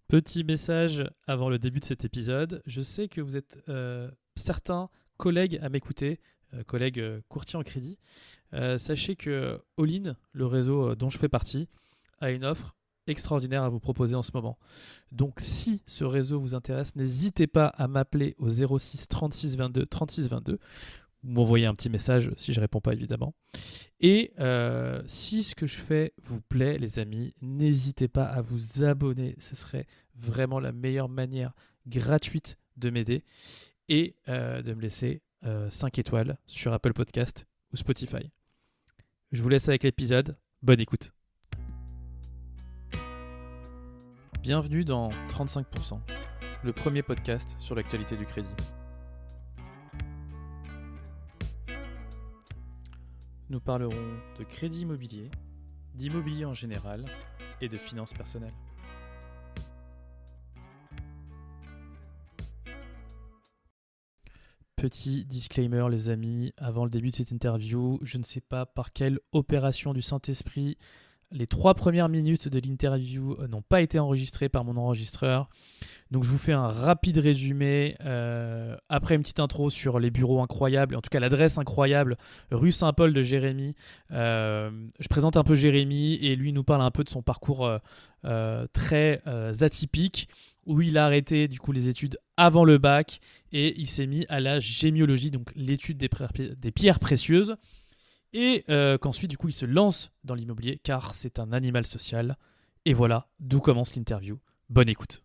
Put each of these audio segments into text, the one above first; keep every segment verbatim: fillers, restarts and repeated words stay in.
Petit message avant le début de cet épisode. Je sais que vous êtes euh, certains collègues à m'écouter, euh, collègues euh, courtiers en crédit. Euh, sachez que All-in, le réseau euh, dont je fais partie, a une offre extraordinaire à vous proposer en ce moment. Donc si ce réseau vous intéresse, n'hésitez pas à m'appeler au zéro six trente-six vingt-deux trente-six vingt-deux ou m'envoyer un petit message si je ne réponds pas évidemment. Et euh, si ce que je fais vous plaît, les amis, n'hésitez pas à vous abonner. Ce serait vraiment la meilleure manière gratuite de m'aider et euh, de me laisser euh, cinq étoiles sur Apple Podcast ou Spotify. Je vous laisse avec l'épisode. Bonne écoute. Bienvenue dans trente-cinq pour cent, le premier podcast sur l'actualité du crédit. Nous parlerons de crédit immobilier, d'immobilier en général et de finances personnelles. Petit disclaimer les amis, avant le début de cette interview, je ne sais pas par quelle opération du Saint-Esprit les trois premières minutes de l'interview n'ont pas été enregistrées par mon enregistreur. Donc je vous fais un rapide résumé euh, après une petite intro sur les bureaux incroyables, en tout cas l'adresse incroyable, rue Saint-Paul de Jérémy. Euh, je présente un peu Jérémy et lui nous parle un peu de son parcours euh, euh, très euh, atypique, où il a arrêté du coup les études avant le bac et il s'est mis à la gémiologie, donc l'étude des, pré- des pierres précieuses. Et euh, qu'ensuite, du coup, il se lance dans l'immobilier car c'est un animal social. Et voilà d'où commence l'interview. Bonne écoute.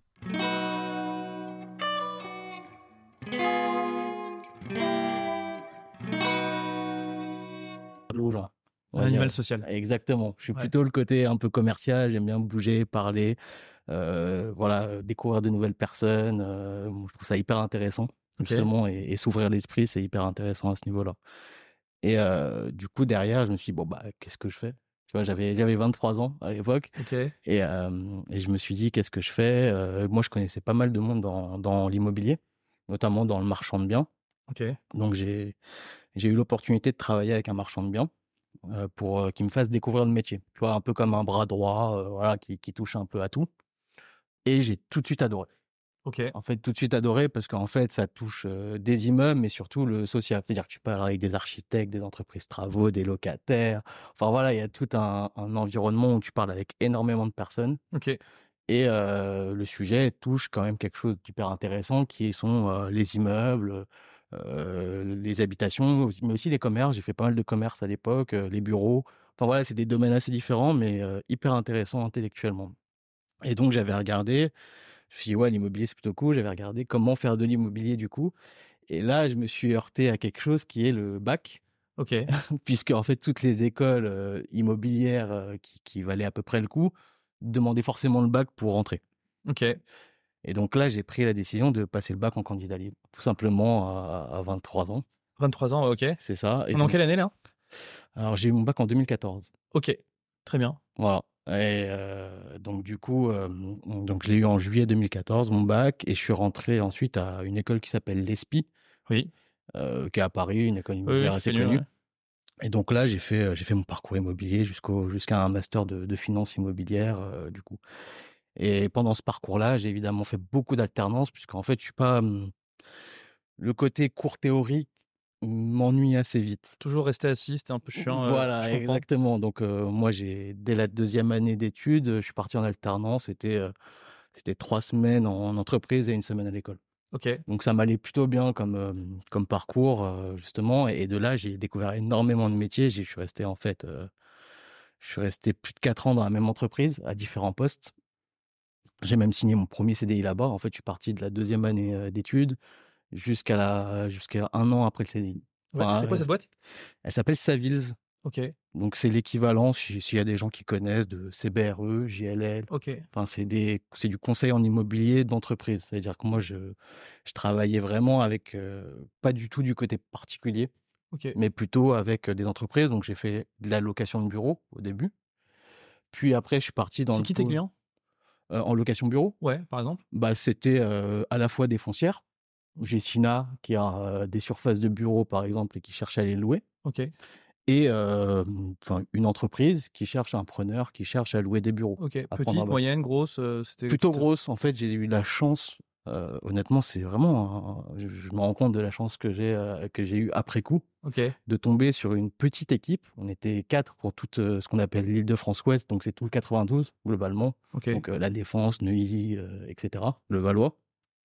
Genre, on Un va animal dire. social. Exactement. Je suis Ouais. plutôt le côté un peu commercial. J'aime bien bouger, parler, euh, voilà, euh, découvrir de nouvelles personnes. Euh, je trouve ça hyper intéressant, justement, okay. et, et s'ouvrir l'esprit, c'est hyper intéressant à ce niveau-là. Et euh, du coup, derrière, je me suis dit, bon, bah, qu'est-ce que je fais? Tu vois, j'avais, j'avais vingt-trois ans à l'époque. Okay. Et, euh, et je me suis dit, qu'est-ce que je fais? euh, Moi, je connaissais pas mal de monde dans, dans l'immobilier, notamment dans le marchand de biens. Okay. Donc, j'ai, j'ai eu l'opportunité de travailler avec un marchand de biens euh, pour euh, qu'il me fasse découvrir le métier. Tu vois, un peu comme un bras droit, euh, voilà, qui, qui touche un peu à tout. Et j'ai tout de suite adoré. Okay. En fait, tout de suite adoré parce qu'en fait, ça touche euh, des immeubles, mais surtout le social. C'est-à-dire que tu parles avec des architectes, des entreprises travaux, des locataires. Enfin voilà, il y a tout un, un environnement où tu parles avec énormément de personnes. Okay. Et euh, le sujet touche quand même quelque chose d'hyper intéressant qui sont euh, les immeubles, euh, les habitations, mais aussi les commerces. J'ai fait pas mal de commerces à l'époque, euh, les bureaux. Enfin voilà, c'est des domaines assez différents, mais euh, hyper intéressants intellectuellement. Et donc j'avais regardé, je me suis dit ouais, l'immobilier c'est plutôt cool. J'avais regardé comment faire de l'immobilier du coup. Et là, je me suis heurté à quelque chose qui est le bac. Ok. Puisque en fait toutes les écoles euh, immobilières euh, qui, qui valaient à peu près le coup demandaient forcément le bac pour rentrer. Ok. Et donc là, j'ai pris la décision de passer le bac en candidat libre, tout simplement à, à vingt-trois ans. vingt-trois ans, ok. C'est ça. Et On est en donc, quelle année là? alors j'ai eu mon bac en deux mille quatorze. Ok. Très bien. Voilà. Et euh, donc du coup, euh, donc je l'ai eu en juillet deux mille quatorze, mon bac, et je suis rentré ensuite à une école qui s'appelle l'E S P I, Oui. euh, qui est à Paris, une école Oui, immobilière oui, assez connu, connue. ouais. Et donc là, j'ai fait, j'ai fait mon parcours immobilier jusqu'au, jusqu'à un master de, de finance immobilière, euh, du coup. Et pendant ce parcours-là, j'ai évidemment fait beaucoup d'alternance, puisqu'en fait, je suis pas... Hum, le côté cours théorique m'ennuie assez vite. Toujours rester assis, c'était un peu chiant. Voilà, euh, je comprends. exactement. Donc, euh, moi, j'ai, dès la deuxième année d'études, je suis parti en alternance. C'était, euh, c'était trois semaines en entreprise et une semaine à l'école. Ok. Donc, ça m'allait plutôt bien comme, euh, comme parcours, euh, justement. Et de là, j'ai découvert énormément de métiers. Je suis resté, en fait... Euh, Je suis resté plus de quatre ans dans la même entreprise, à différents postes. J'ai même signé mon premier C D I là-bas. En fait, je suis parti de la deuxième année d'études jusqu'à la, jusqu'à un an après le C D I. Ouais. Enfin, C'est quoi euh, cette boîte? elle s'appelle Savills. Ok. Donc, c'est l'équivalent, si- s'il y a des gens qui connaissent, de C B R E, J L L. Ok. Enfin, c'est des, c'est du conseil en immobilier d'entreprise. C'est-à-dire que moi, je, je travaillais vraiment avec, euh, pas du tout du côté particulier, Ok. mais plutôt avec des entreprises. Donc, j'ai fait de la location de bureau au début. Puis après, je suis parti dans C'est le qui tes pôle clients? euh, en location bureau. Ouais, par exemple. Bah, c'était euh, à la fois des foncières. J'ai Sina qui a euh, des surfaces de bureaux, par exemple, et qui cherche à les louer. Ok. et euh, enfin, une entreprise qui cherche un preneur, qui cherche à louer des bureaux. Ok, à prendre un petite, bail. moyenne, grosse, euh, c'était Plutôt tout- grosse. En fait, j'ai eu la chance, euh, honnêtement, c'est vraiment, un- je, je me rends compte de la chance que j'ai euh, que j'ai eu après coup, Ok, de tomber sur une petite équipe. On était quatre pour toute euh, ce qu'on appelle l'Île-de-France-Ouest, donc c'est tout le quatre-vingt-douze globalement. ok, Donc euh, la Défense, Neuilly, euh, et cetera. Le Valois.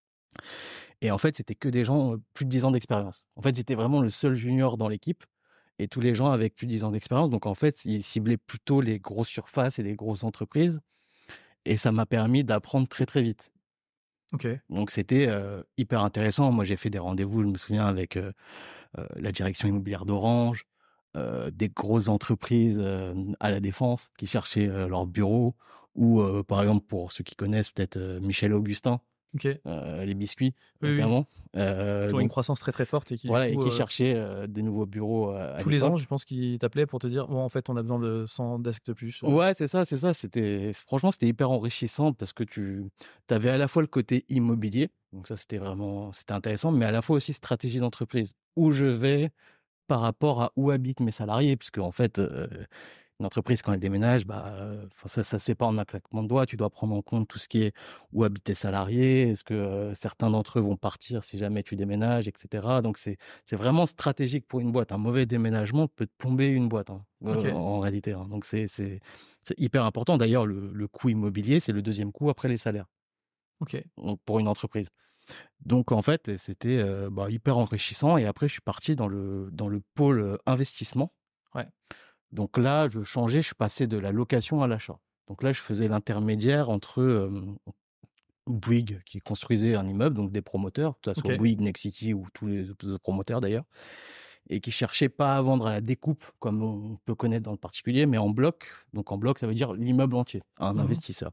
Et en fait, c'était que des gens euh, plus de dix ans d'expérience. En fait, j'étais vraiment le seul junior dans l'équipe et tous les gens avec plus de dix ans d'expérience. Donc en fait, ils ciblaient plutôt les grosses surfaces et les grosses entreprises. Et ça m'a permis d'apprendre très très vite. ok. Donc c'était euh, hyper intéressant. Moi, j'ai fait des rendez-vous, je me souviens, avec euh, euh, la direction immobilière d'Orange, euh, des grosses entreprises euh, à la Défense qui cherchaient euh, leur bureau, ou euh, par exemple, pour ceux qui connaissent peut-être euh, Michel Augustin, Ok. euh, les biscuits, Oui, oui. notamment. Euh, Qui ont une donc croissance très très forte et qui voilà, du et coup, qui euh, cherchaient euh, des nouveaux bureaux euh, à tous les ans, l'époque. je pense qu'ils t'appelaient pour te dire bon, en fait, on a besoin de cent desks de plus. euh. Ouais, c'est ça, c'est ça. C'était franchement, c'était hyper enrichissant parce que tu avais à la fois le côté immobilier, donc ça c'était vraiment c'était intéressant, mais à la fois aussi stratégie d'entreprise. Où je vais par rapport à où habitent mes salariés, puisque en fait, euh, une entreprise quand elle déménage, bah, euh, enfin, ça, ça se fait pas en un claquement de doigts. Tu dois prendre en compte tout ce qui est où habitent tes salariés, est-ce que euh, certains d'entre eux vont partir si jamais tu déménages, et cetera. Donc c'est c'est vraiment stratégique pour une boîte. Un mauvais déménagement peut te plomber une boîte, hein, euh, Ok. en réalité, hein. Donc c'est c'est c'est hyper important. D'ailleurs, le, le coût immobilier, c'est le deuxième coût après les salaires, Ok. donc, pour une entreprise. Donc en fait, c'était euh, bah, hyper enrichissant. Et après, je suis parti dans le dans le pôle euh, investissement. Ouais. Donc là, je changeais, je passais de la location à l'achat. Donc là, je faisais l'intermédiaire entre euh, Bouygues, qui construisait un immeuble, donc des promoteurs, que ce soit Ok. Bouygues, Nexity ou tous les autres promoteurs d'ailleurs, et qui cherchaient pas à vendre à la découpe, comme on peut connaître dans le particulier, mais en bloc. Donc en bloc, ça veut dire l'immeuble entier, à un Mhm. investisseur.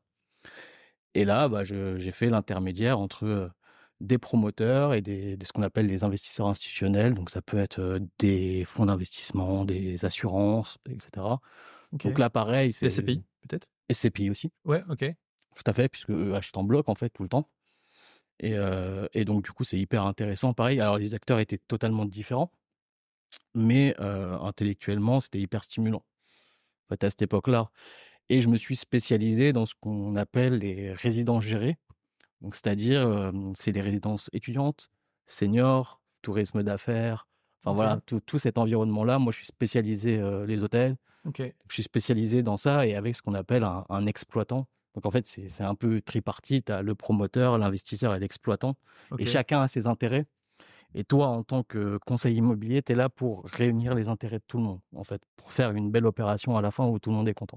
Et là, bah, je- j'ai fait l'intermédiaire entre euh, des promoteurs et des, des- ce qu'on appelle les investisseurs institutionnels. Donc ça peut être euh, des fonds d'investissement, des assurances, et cetera. Ok. Donc là, pareil, c'est Les C P I, peut-être. S C P I aussi, Ouais. Ok. tout à fait, puisque eux achètent en bloc en fait tout le temps. Et, euh, et donc du coup, c'est hyper intéressant. Pareil, alors les acteurs étaient totalement différents, mais euh, intellectuellement, c'était hyper stimulant. En fait, à cette époque-là. Et je me suis spécialisé dans ce qu'on appelle les résidences gérées. Donc, c'est-à-dire, euh, c'est les résidences étudiantes, seniors, tourisme d'affaires. Enfin Ok. voilà, tout, tout cet environnement-là. Moi, je suis spécialisé euh, les hôtels. Ok. Je suis spécialisé dans ça et avec ce qu'on appelle un, un exploitant. Donc en fait, c'est c'est un peu tripartite. Tu as le promoteur, l'investisseur et l'exploitant. Ok. Et chacun a ses intérêts. Et toi, en tant que conseiller immobilier, tu es là pour réunir les intérêts de tout le monde, en fait, pour faire une belle opération à la fin où tout le monde est content.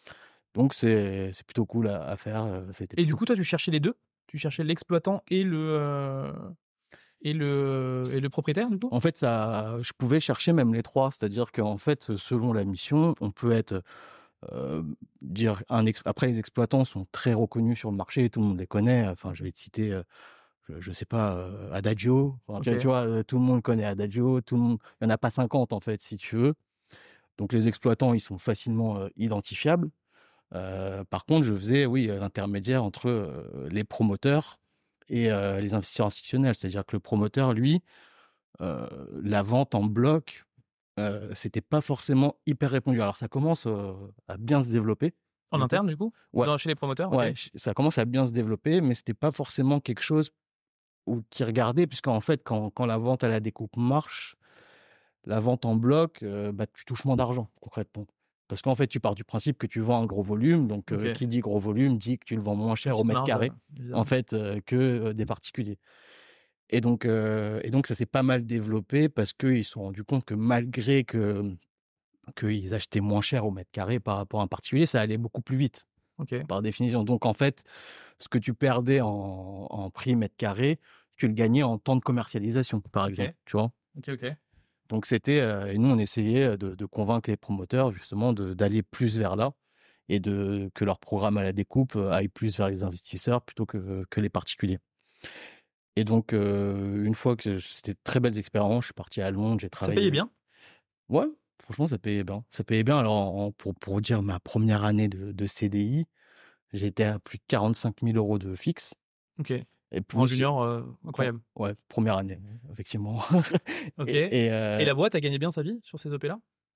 Donc c'est c'est plutôt cool à, à faire. euh, C'était Et du plutôt coup, toi, tu cherchais les deux? Tu cherchais l'exploitant et le euh, et le et le propriétaire, du coup? En fait, ça, je pouvais chercher même les trois. C'est-à-dire qu'en fait, selon la mission, on peut être euh, dire un ex- après les exploitants sont très reconnus sur le marché, tout le monde les connaît. Enfin, je vais te citer, euh, je, je sais pas, euh, Adagio. Enfin, tu, Ok. tu vois, euh, tout le monde connaît Adagio. Tout le monde, il y en a pas cinquante en fait, si tu veux. Donc les exploitants, ils sont facilement euh, identifiables. Euh, par contre, je faisais, oui, euh, l'intermédiaire entre euh, les promoteurs et euh, les investisseurs institutionnels. C'est-à-dire que le promoteur, lui, euh, la vente en bloc, euh, c'était pas forcément hyper répandu. Alors ça commence euh, à bien se développer. En du coup. interne, du coup? Ouais, Dans, chez les promoteurs? ouais, Ok. ch- ça commence à bien se développer, mais c'était pas forcément quelque chose où, qui regardait, puisqu'en fait, quand, quand la vente à la découpe marche, la vente en bloc, euh, bah, tu touches moins d'argent, concrètement. Parce qu'en fait, tu pars du principe que tu vends un gros volume, donc euh, Ok. qui dit gros volume dit que tu le vends moins Une cher au petite mètre marge, carré, euh, évidemment. en fait, euh, que euh, des particuliers. Et donc, euh, et donc ça s'est pas mal développé parce qu'ils se sont rendus compte que malgré que qu'ils achetaient moins cher au mètre carré par rapport à un particulier, ça allait beaucoup plus vite, Ok. par définition. Donc, en fait, ce que tu perdais en, en prix mètre carré, tu le gagnais en temps de commercialisation, par Ok. exemple, tu vois. Ok. Ok. Donc, c'était... euh, et nous, on essayait de, de convaincre les promoteurs, justement, de- d'aller plus vers là et de, que leur programme à la découpe euh, aille plus vers les investisseurs plutôt que, que les particuliers. Et donc, euh, une fois que c'était de très belles expériences, je suis parti à Londres, j'ai Ça travaillé. payait bien? Ouais, franchement, ça payait bien. Ça payait bien. Alors, en- pour, pour dire ma première année de, de C D I, j'étais à plus de quarante-cinq mille euros de fixe. Ok. Et En plus, junior, euh, com- incroyable. ouais, première année, effectivement. Ok. Et, Et, et, euh, la boîte a gagné bien sa vie sur ces O P-là?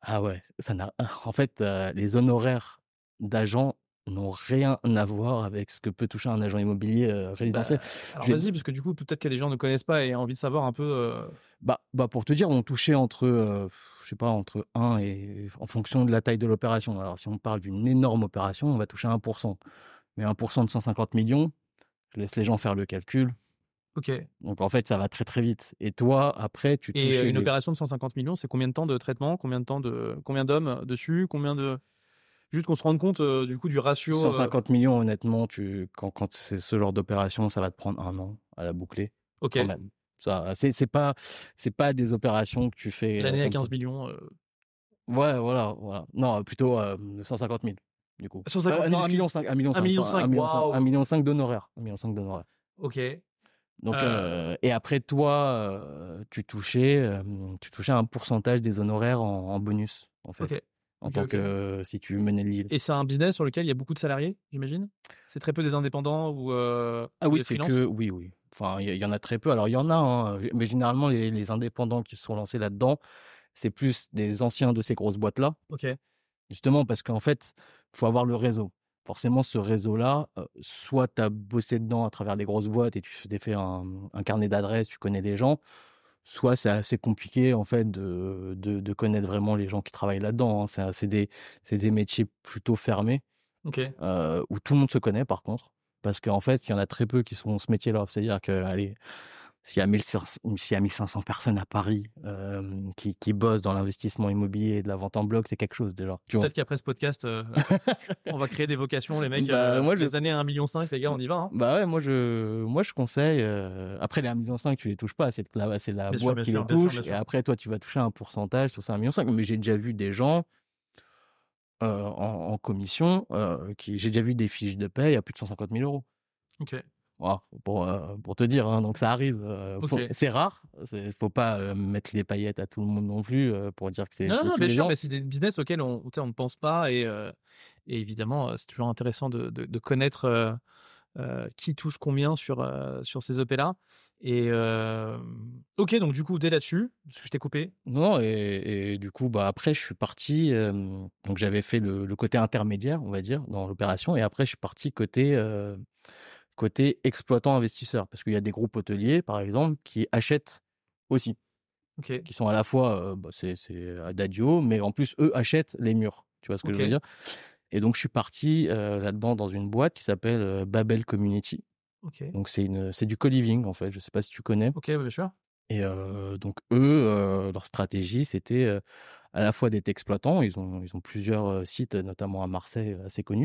Ah ouais, ça n'a en fait, heu, les honoraires d'agents n'ont rien à voir avec ce que peut toucher un agent immobilier, heu, résidentiel. Bah, alors Je vais vas-y, parce que du coup, peut-être que les gens ne connaissent pas et ont envie de savoir un peu, heu bah bah, pour te dire, on touchait entre, heu, je sais pas, entre un et en fonction de la taille de l'opération. Alors si on parle d'une énorme opération, on va toucher un pour cent. Mais un pour cent de cent cinquante millions, je laisse les gens faire le calcul. OK. Donc en fait, ça va très, très vite. Et toi, après, tu Et heu, touchais une des opération de cent cinquante millions, c'est combien de temps de traitement? Combien de temps de combien d'hommes dessus? Combien de juste qu'on se rende compte, heu, du coup, du ratio, cent heu cinquante millions, honnêtement, tu quand quand c'est ce genre d'opération, ça va te prendre un an à la boucler, quand OK. même. Ça, c'est c'est pas c'est pas des opérations que tu fais, heu, L'année à comme ça. quinze millions, heu Ouais, voilà, voilà. Non, plutôt, hem, cent cinquante mille, du coup. Heu, cent cinquante mille, non, un excuse million cinq, un million un cinq, million pas un cinq. million cinq, un Waouh! million cinq d'honoraires, un million cinq d'honoraires. OK. Donc Heu, heu et après toi, heu, tu touchais, hem, tu touchais un pourcentage des honoraires en en bonus, en fait, OK. en OK, tant OK. que si tu menais le deal. Et c'est un business sur lequel il y a beaucoup de salariés, j'imagine? C'est très peu des indépendants ou heu, Ah ou oui, des c'est freelances? que oui, oui. Enfin, il y, y en a très peu. Alors, il y en a, hein, mais généralement, les, les indépendants qui se sont lancés là-dedans, c'est plus des anciens de ces grosses boîtes-là, OK. justement parce qu'en fait, il faut avoir le réseau. Forcément, ce réseau-là, euh, soit tu as bossé dedans à travers les grosses boîtes et tu t'es fait un, un carnet d'adresses, tu connais les gens, soit c'est assez compliqué, en fait, de, de, de connaître vraiment les gens qui travaillent là-dedans, hein. C'est c'est des, c'est des métiers plutôt fermés OK. euh, où tout le monde se connaît par contre, parce qu'en fait, il y en a très peu qui font ce métier-là. C'est-à-dire que, allez, s'il y a mille cinq cents s'il y a mille cinq cents personnes à Paris euh, qui, qui bossent dans l'investissement immobilier et de la vente en bloc, c'est quelque chose déjà. Tu vois. Peut-être qu'après ce podcast, heu, on va créer des vocations, les mecs, Bah heu, moi je, les années à un million cinq, les gars, on y va, hein? bah ouais, moi je, moi je conseille. Euh, après les un million cinq, tu les touches pas, c'est la, c'est la Bien sûr, boîte bien qui les sûr, bien sûr, touche. bien Et sûr. après toi, tu vas toucher un pourcentage sur ces un million cinq. Mais j'ai déjà vu des gens euh, en, en commission euh, qui, j'ai déjà vu des fiches de paie à plus de cent cinquante mille euros. OK. Voilà, pour, euh, pour te dire, hein, donc ça arrive. Euh, faut- OK. c'est rare, c'est, faut pas euh, mettre les paillettes à tout le monde non plus euh, pour dire que c'est, Non, non, c'est non, tous bien les sûr, gens. mais c'est des business auxquels on, tu sais, on ne pense pas et, heu, et évidemment, heu, c'est toujours intéressant de de de connaître, heu heu, qui touche combien sur, heu, sur ces O P-là et hem, OK, donc du coup, tu es là-dessus, parce que je t'ai coupé. Non, et, et du coup, bah après, je suis parti. Euh, donc j'avais fait le, le côté intermédiaire, on va dire, dans l'opération, et après, je suis parti côté euh, côté exploitant investisseur, parce qu'il y a des groupes hôteliers, par exemple, qui achètent aussi, OK, qui sont à la fois, euh, bah, c'est c'est Adagio, mais en plus, eux achètent les murs. Tu vois ce que je veux OK, dire? Et donc, je suis parti euh, là-dedans dans une boîte qui s'appelle euh, Babel Community. OK, Donc, c'est une, c'est du co-living, en fait. Je sais pas si tu connais. OK, ouais, bien sûr. Et euh, donc, eux, euh, leur stratégie, c'était euh, à la fois d'être exploitants. Ils ont, ils ont plusieurs euh, sites, notamment à Marseille, assez connus.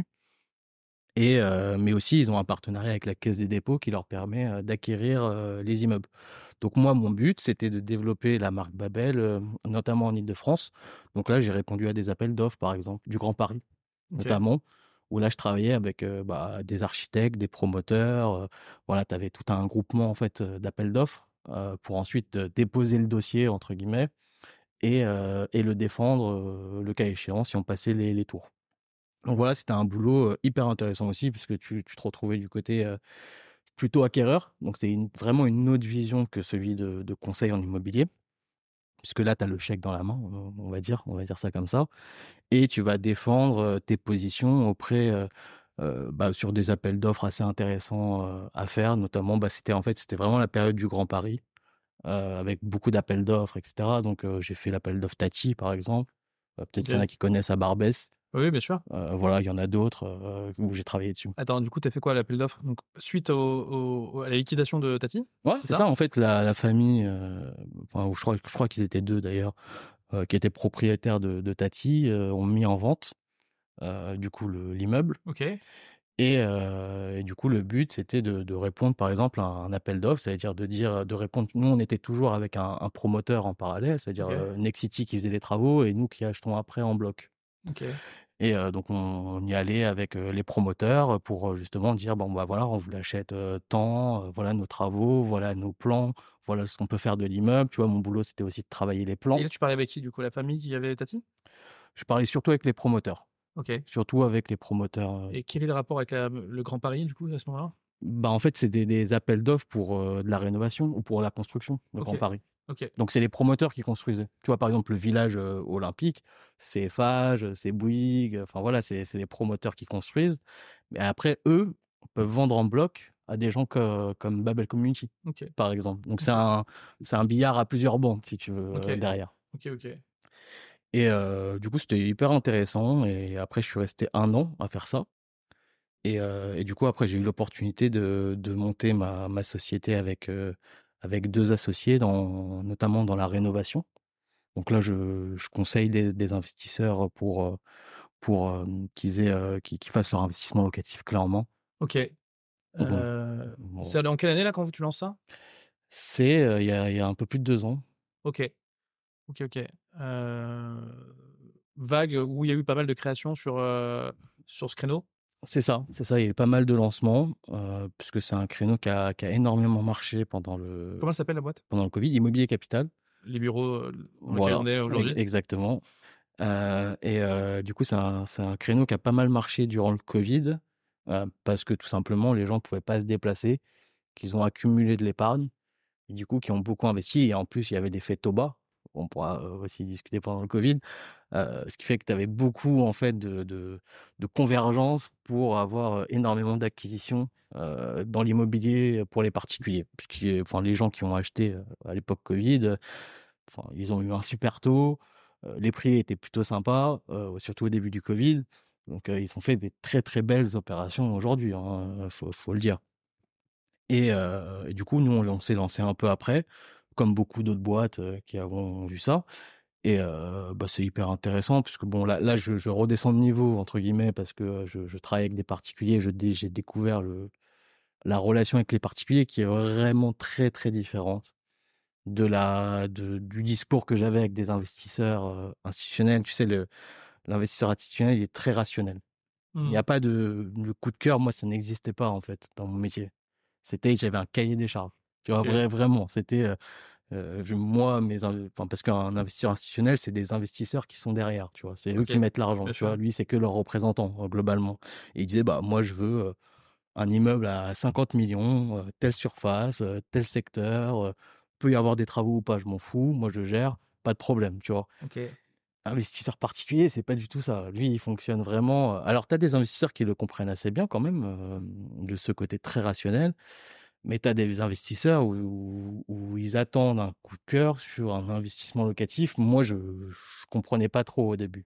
Et, euh, mais aussi, ils ont un partenariat avec la Caisse des dépôts qui leur permet euh, d'acquérir euh, les immeubles. Donc, moi, mon but, c'était de développer la marque Babel, euh, notamment en Île-de-France. Donc là, j'ai répondu à des appels d'offres, par exemple, du Grand Paris, OK. notamment, où là, je travaillais avec euh, bah, des architectes, des promoteurs. Euh, voilà, tu avais tout un groupement en fait euh, d'appels d'offres euh, pour ensuite euh, déposer le dossier, entre guillemets, et, euh, et le défendre, euh, le cas échéant, si on passait les, les tours. Donc voilà, c'était un boulot euh, hyper intéressant aussi, puisque tu, tu te retrouvais du côté euh, plutôt acquéreur. Donc c'est une- vraiment une autre vision que celui de, de conseil en immobilier, puisque là, tu as le chèque dans la main, on on va dire, on va dire ça comme ça, et tu vas défendre euh, tes positions auprès euh, euh, bah, sur des appels d'offres assez intéressants euh, à faire. Notamment, bah, c'était en fait, c'était vraiment la période du Grand Paris, euh, avec beaucoup d'appels d'offres, et cetera. Donc euh, j'ai fait l'appel d'offres Tati, par exemple. Euh, peut-être qu'il y en OK. a qui connaissent à Barbès. Oui, bien sûr. Euh, voilà, il y en a d'autres euh, où j'ai travaillé dessus. Attends, du coup, tu as fait quoi, l'appel d'offres? Donc suite au au à la liquidation de Tati, Ouais, c'est c'est ça. ça? En fait, la, la famille, euh, enfin, je crois, je crois qu'ils étaient deux d'ailleurs, euh, qui étaient propriétaires de, de Tati, euh, ont mis en vente euh, du coup le- l'immeuble. OK, Et, euh, et du coup, le but, c'était de, de répondre, par exemple, à un appel d'offres, c'est-à-dire de dire, de répondre. Nous, on était toujours avec un, un promoteur en parallèle, c'est-à-dire OK, euh, Nexity qui faisait les travaux et nous qui achetons après en bloc. OK. Et euh, donc, on, on y allait avec euh, les promoteurs pour euh, justement dire, bon, bah voilà, on vous l'achète euh, tant, euh, voilà nos travaux, voilà nos plans, voilà ce qu'on peut faire de l'immeuble. Tu vois, mon boulot, c'était aussi de travailler les Et plans. là, tu parlais avec qui, du coup? La famille qui avait Tati? Je parlais surtout avec les promoteurs, OK. surtout avec les promoteurs. euh, Et quel est le rapport avec la le Grand Paris, du coup, à ce moment-là? Bah, en fait, c'est des, des appels d'offres pour euh, de la rénovation ou pour la construction, le Grand OK. Paris. Ok. Donc, c'est les promoteurs qui construisent. Tu vois, par exemple, le village euh, olympique, c'est Eiffage, c'est Bouygues. Enfin, voilà, c'est c'est les promoteurs qui construisent. Mais après, eux peuvent vendre en bloc à des gens que- comme Babel Community, Ok. par exemple. Donc, c'est Ok. un, c'est un billard à plusieurs bandes, si tu veux, Ok. euh, derrière. Ok. Ok. Et euh, du coup, c'était hyper intéressant. Et après, je suis resté un an à faire ça. Et, euh, et du coup, après, j'ai eu l'opportunité de, de monter ma, ma société avec, euh, avec deux associés, dans, notamment dans la rénovation. Donc là, je, je conseille des, des investisseurs pour, euh, pour euh, qu'ils aient, euh, qu'ils, qu'ils fassent leur investissement locatif, clairement. Ok. Donc bon, Euh, bon, c'est en quelle année là quand tu lances ça? c'est euh, il y a, il y a un peu plus de deux ans. Ok. Ok. Ok. Euh, Vague où il y a eu pas mal de créations sur euh, sur ce créneau. C'est ça, c'est ça. Il y a eu pas mal de lancements, euh, puisque c'est un créneau qui a, qui a énormément marché pendant le, Comment elle s'appelle la boîte? pendant le Covid. Immobilier Capital. Les bureaux euh, dans lesquels Voilà, on est ex- aujourd'hui. exactement. Euh, et euh, du coup, c'est un, c'est un créneau qui a pas mal marché durant le Covid, euh, parce que tout simplement, les gens ne pouvaient pas se déplacer, qu'ils ont accumulé de l'épargne, et du coup, qui ont beaucoup investi. Et en plus, il y avait des faits taux bas. On pourra euh, aussi discuter pendant le Covid. Euh, ce qui fait que tu avais beaucoup en fait de, de, de convergence pour avoir euh, énormément d'acquisitions euh, dans l'immobilier pour les particuliers. Parce que, enfin, les gens qui ont acheté euh, à l'époque Covid, euh, enfin, ils ont eu un super taux, euh, les prix étaient plutôt sympas, euh, surtout au début du Covid. Donc, euh, ils ont fait des très très belles opérations aujourd'hui, hein, faut, faut le dire. Et, euh, et du coup, nous, on, on s'est lancé un peu après, comme beaucoup d'autres boîtes euh, qui ont vu ça. Et euh, bah, c'est hyper intéressant, puisque bon, là, là je, je redescends de niveau, entre guillemets, parce que je, je travaille avec des particuliers, je, dé- j'ai découvert le, la relation avec les particuliers qui est vraiment très très différente de la, de, du discours que j'avais avec des investisseurs euh, institutionnels. Tu sais, le, l'investisseur institutionnel, il est très rationnel. Il n'y Hmm. a pas de, de coup de cœur, moi, ça n'existait pas, en fait, dans mon métier. C'était, j'avais un cahier des charges. Tu vois, Ok. vrai, vraiment, c'était, euh, euh, je- moi, mes, inv- enfin, parce qu'un investisseur institutionnel, c'est des investisseurs qui sont derrière, tu vois. C'est eux Ok. qui mettent l'argent, Bien tu vois. sûr. Lui, c'est que leur représentant, euh, globalement. Et il disait, bah, moi, je veux euh, un immeuble à cinquante millions, euh, telle surface, euh, tel secteur, euh, peut y avoir des travaux ou pas, je m'en fous. Moi, je gère, pas de problème, tu vois. Ok. Investisseur particulier, c'est pas du tout ça. Lui, il fonctionne vraiment. euh, Alors, tu as des investisseurs qui le comprennent assez bien quand même, euh, de ce côté très rationnel. Mais tu as des investisseurs où, où- où ils attendent un coup de cœur sur un investissement locatif. Moi, je ne comprenais pas trop au début.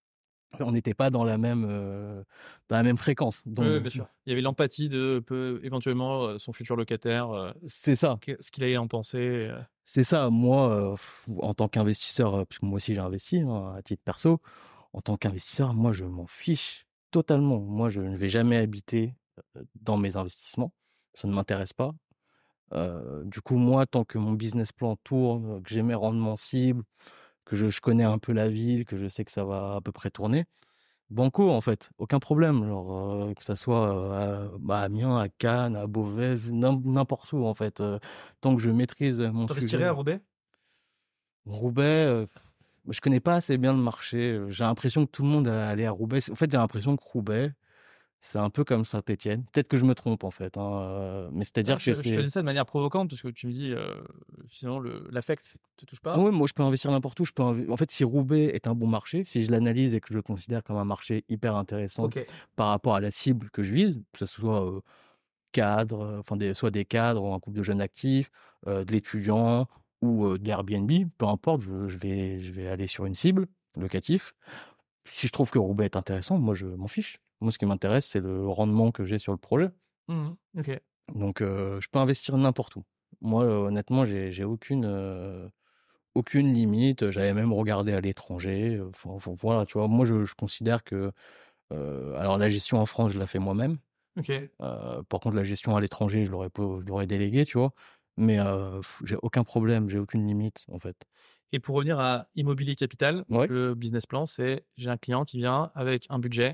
On n'était pas dans la même, euh, dans la même fréquence. Oui, oui, Donc, bien sûr. Il y avait l'empathie de peu, éventuellement euh, son futur locataire, euh, c'est ça. que- ce qu'il allait en penser. euh. C'est ça. Moi, euh, en tant qu'investisseur, euh, parce que moi aussi j'ai investi hein, à titre perso, en tant qu'investisseur, moi, je m'en fiche totalement. Moi, je ne vais jamais habiter euh, dans mes investissements. Ça ne m'intéresse pas. Euh, du coup, moi, tant que mon business plan tourne, que j'ai mes rendements cibles, que je, je connais un peu la ville, que je sais que ça va à peu près tourner, banco, en fait, aucun problème. Genre, euh, que ça soit euh, à, bah, à Amiens, à Cannes, à Beauvais, n'im- n'importe où, en fait. Euh, tant que je maîtrise mon T'investirais à sujet. Roubaix? Roubaix, euh, je connais pas assez bien le marché. J'ai l'impression que tout le monde allait à Roubaix. En fait, j'ai l'impression que Roubaix, c'est un peu comme Saint-Étienne. Peut-être que je me trompe, en fait, hein, euh, mais Non, c'est-à-dire que je, je te c'est... dis ça de manière provocante parce que tu me dis euh, finalement le l'affect te touche Ah pas. ouais, moi je peux investir n'importe où. Je peux inv- En fait, si Roubaix est un bon marché, si je l'analyse et que je le considère comme un marché hyper intéressant Ok. par rapport à la cible que je vise, que ce soit euh, cadre, euh, enfin des, soit des cadres ou un couple de jeunes actifs, euh, de l'étudiant ou euh, de l'Airbnb, peu importe, je, je vais, je vais aller sur une cible locatif. Si je trouve que Roubaix est intéressant, moi je m'en fiche. Moi, ce qui m'intéresse, c'est le rendement que j'ai sur le projet. Mhm. Ok. Donc, euh, je peux investir n'importe où. Moi, euh, honnêtement, j'ai j'ai aucune. euh, aucune limite. J'avais même regardé à l'étranger. Enfin, enfin, voilà, tu vois. Moi, je, je considère que, euh, alors la gestion en France, je la fais moi-même. Ok. Euh, par contre, la gestion à l'étranger, je l'aurais pas, je l'aurais délégué, tu vois. Mais euh, pff, j'ai aucun problème, j'ai aucune limite, en fait. Et pour revenir à Immobilier Capital, donc Ouais, le business plan, c'est j'ai un client qui vient avec un budget,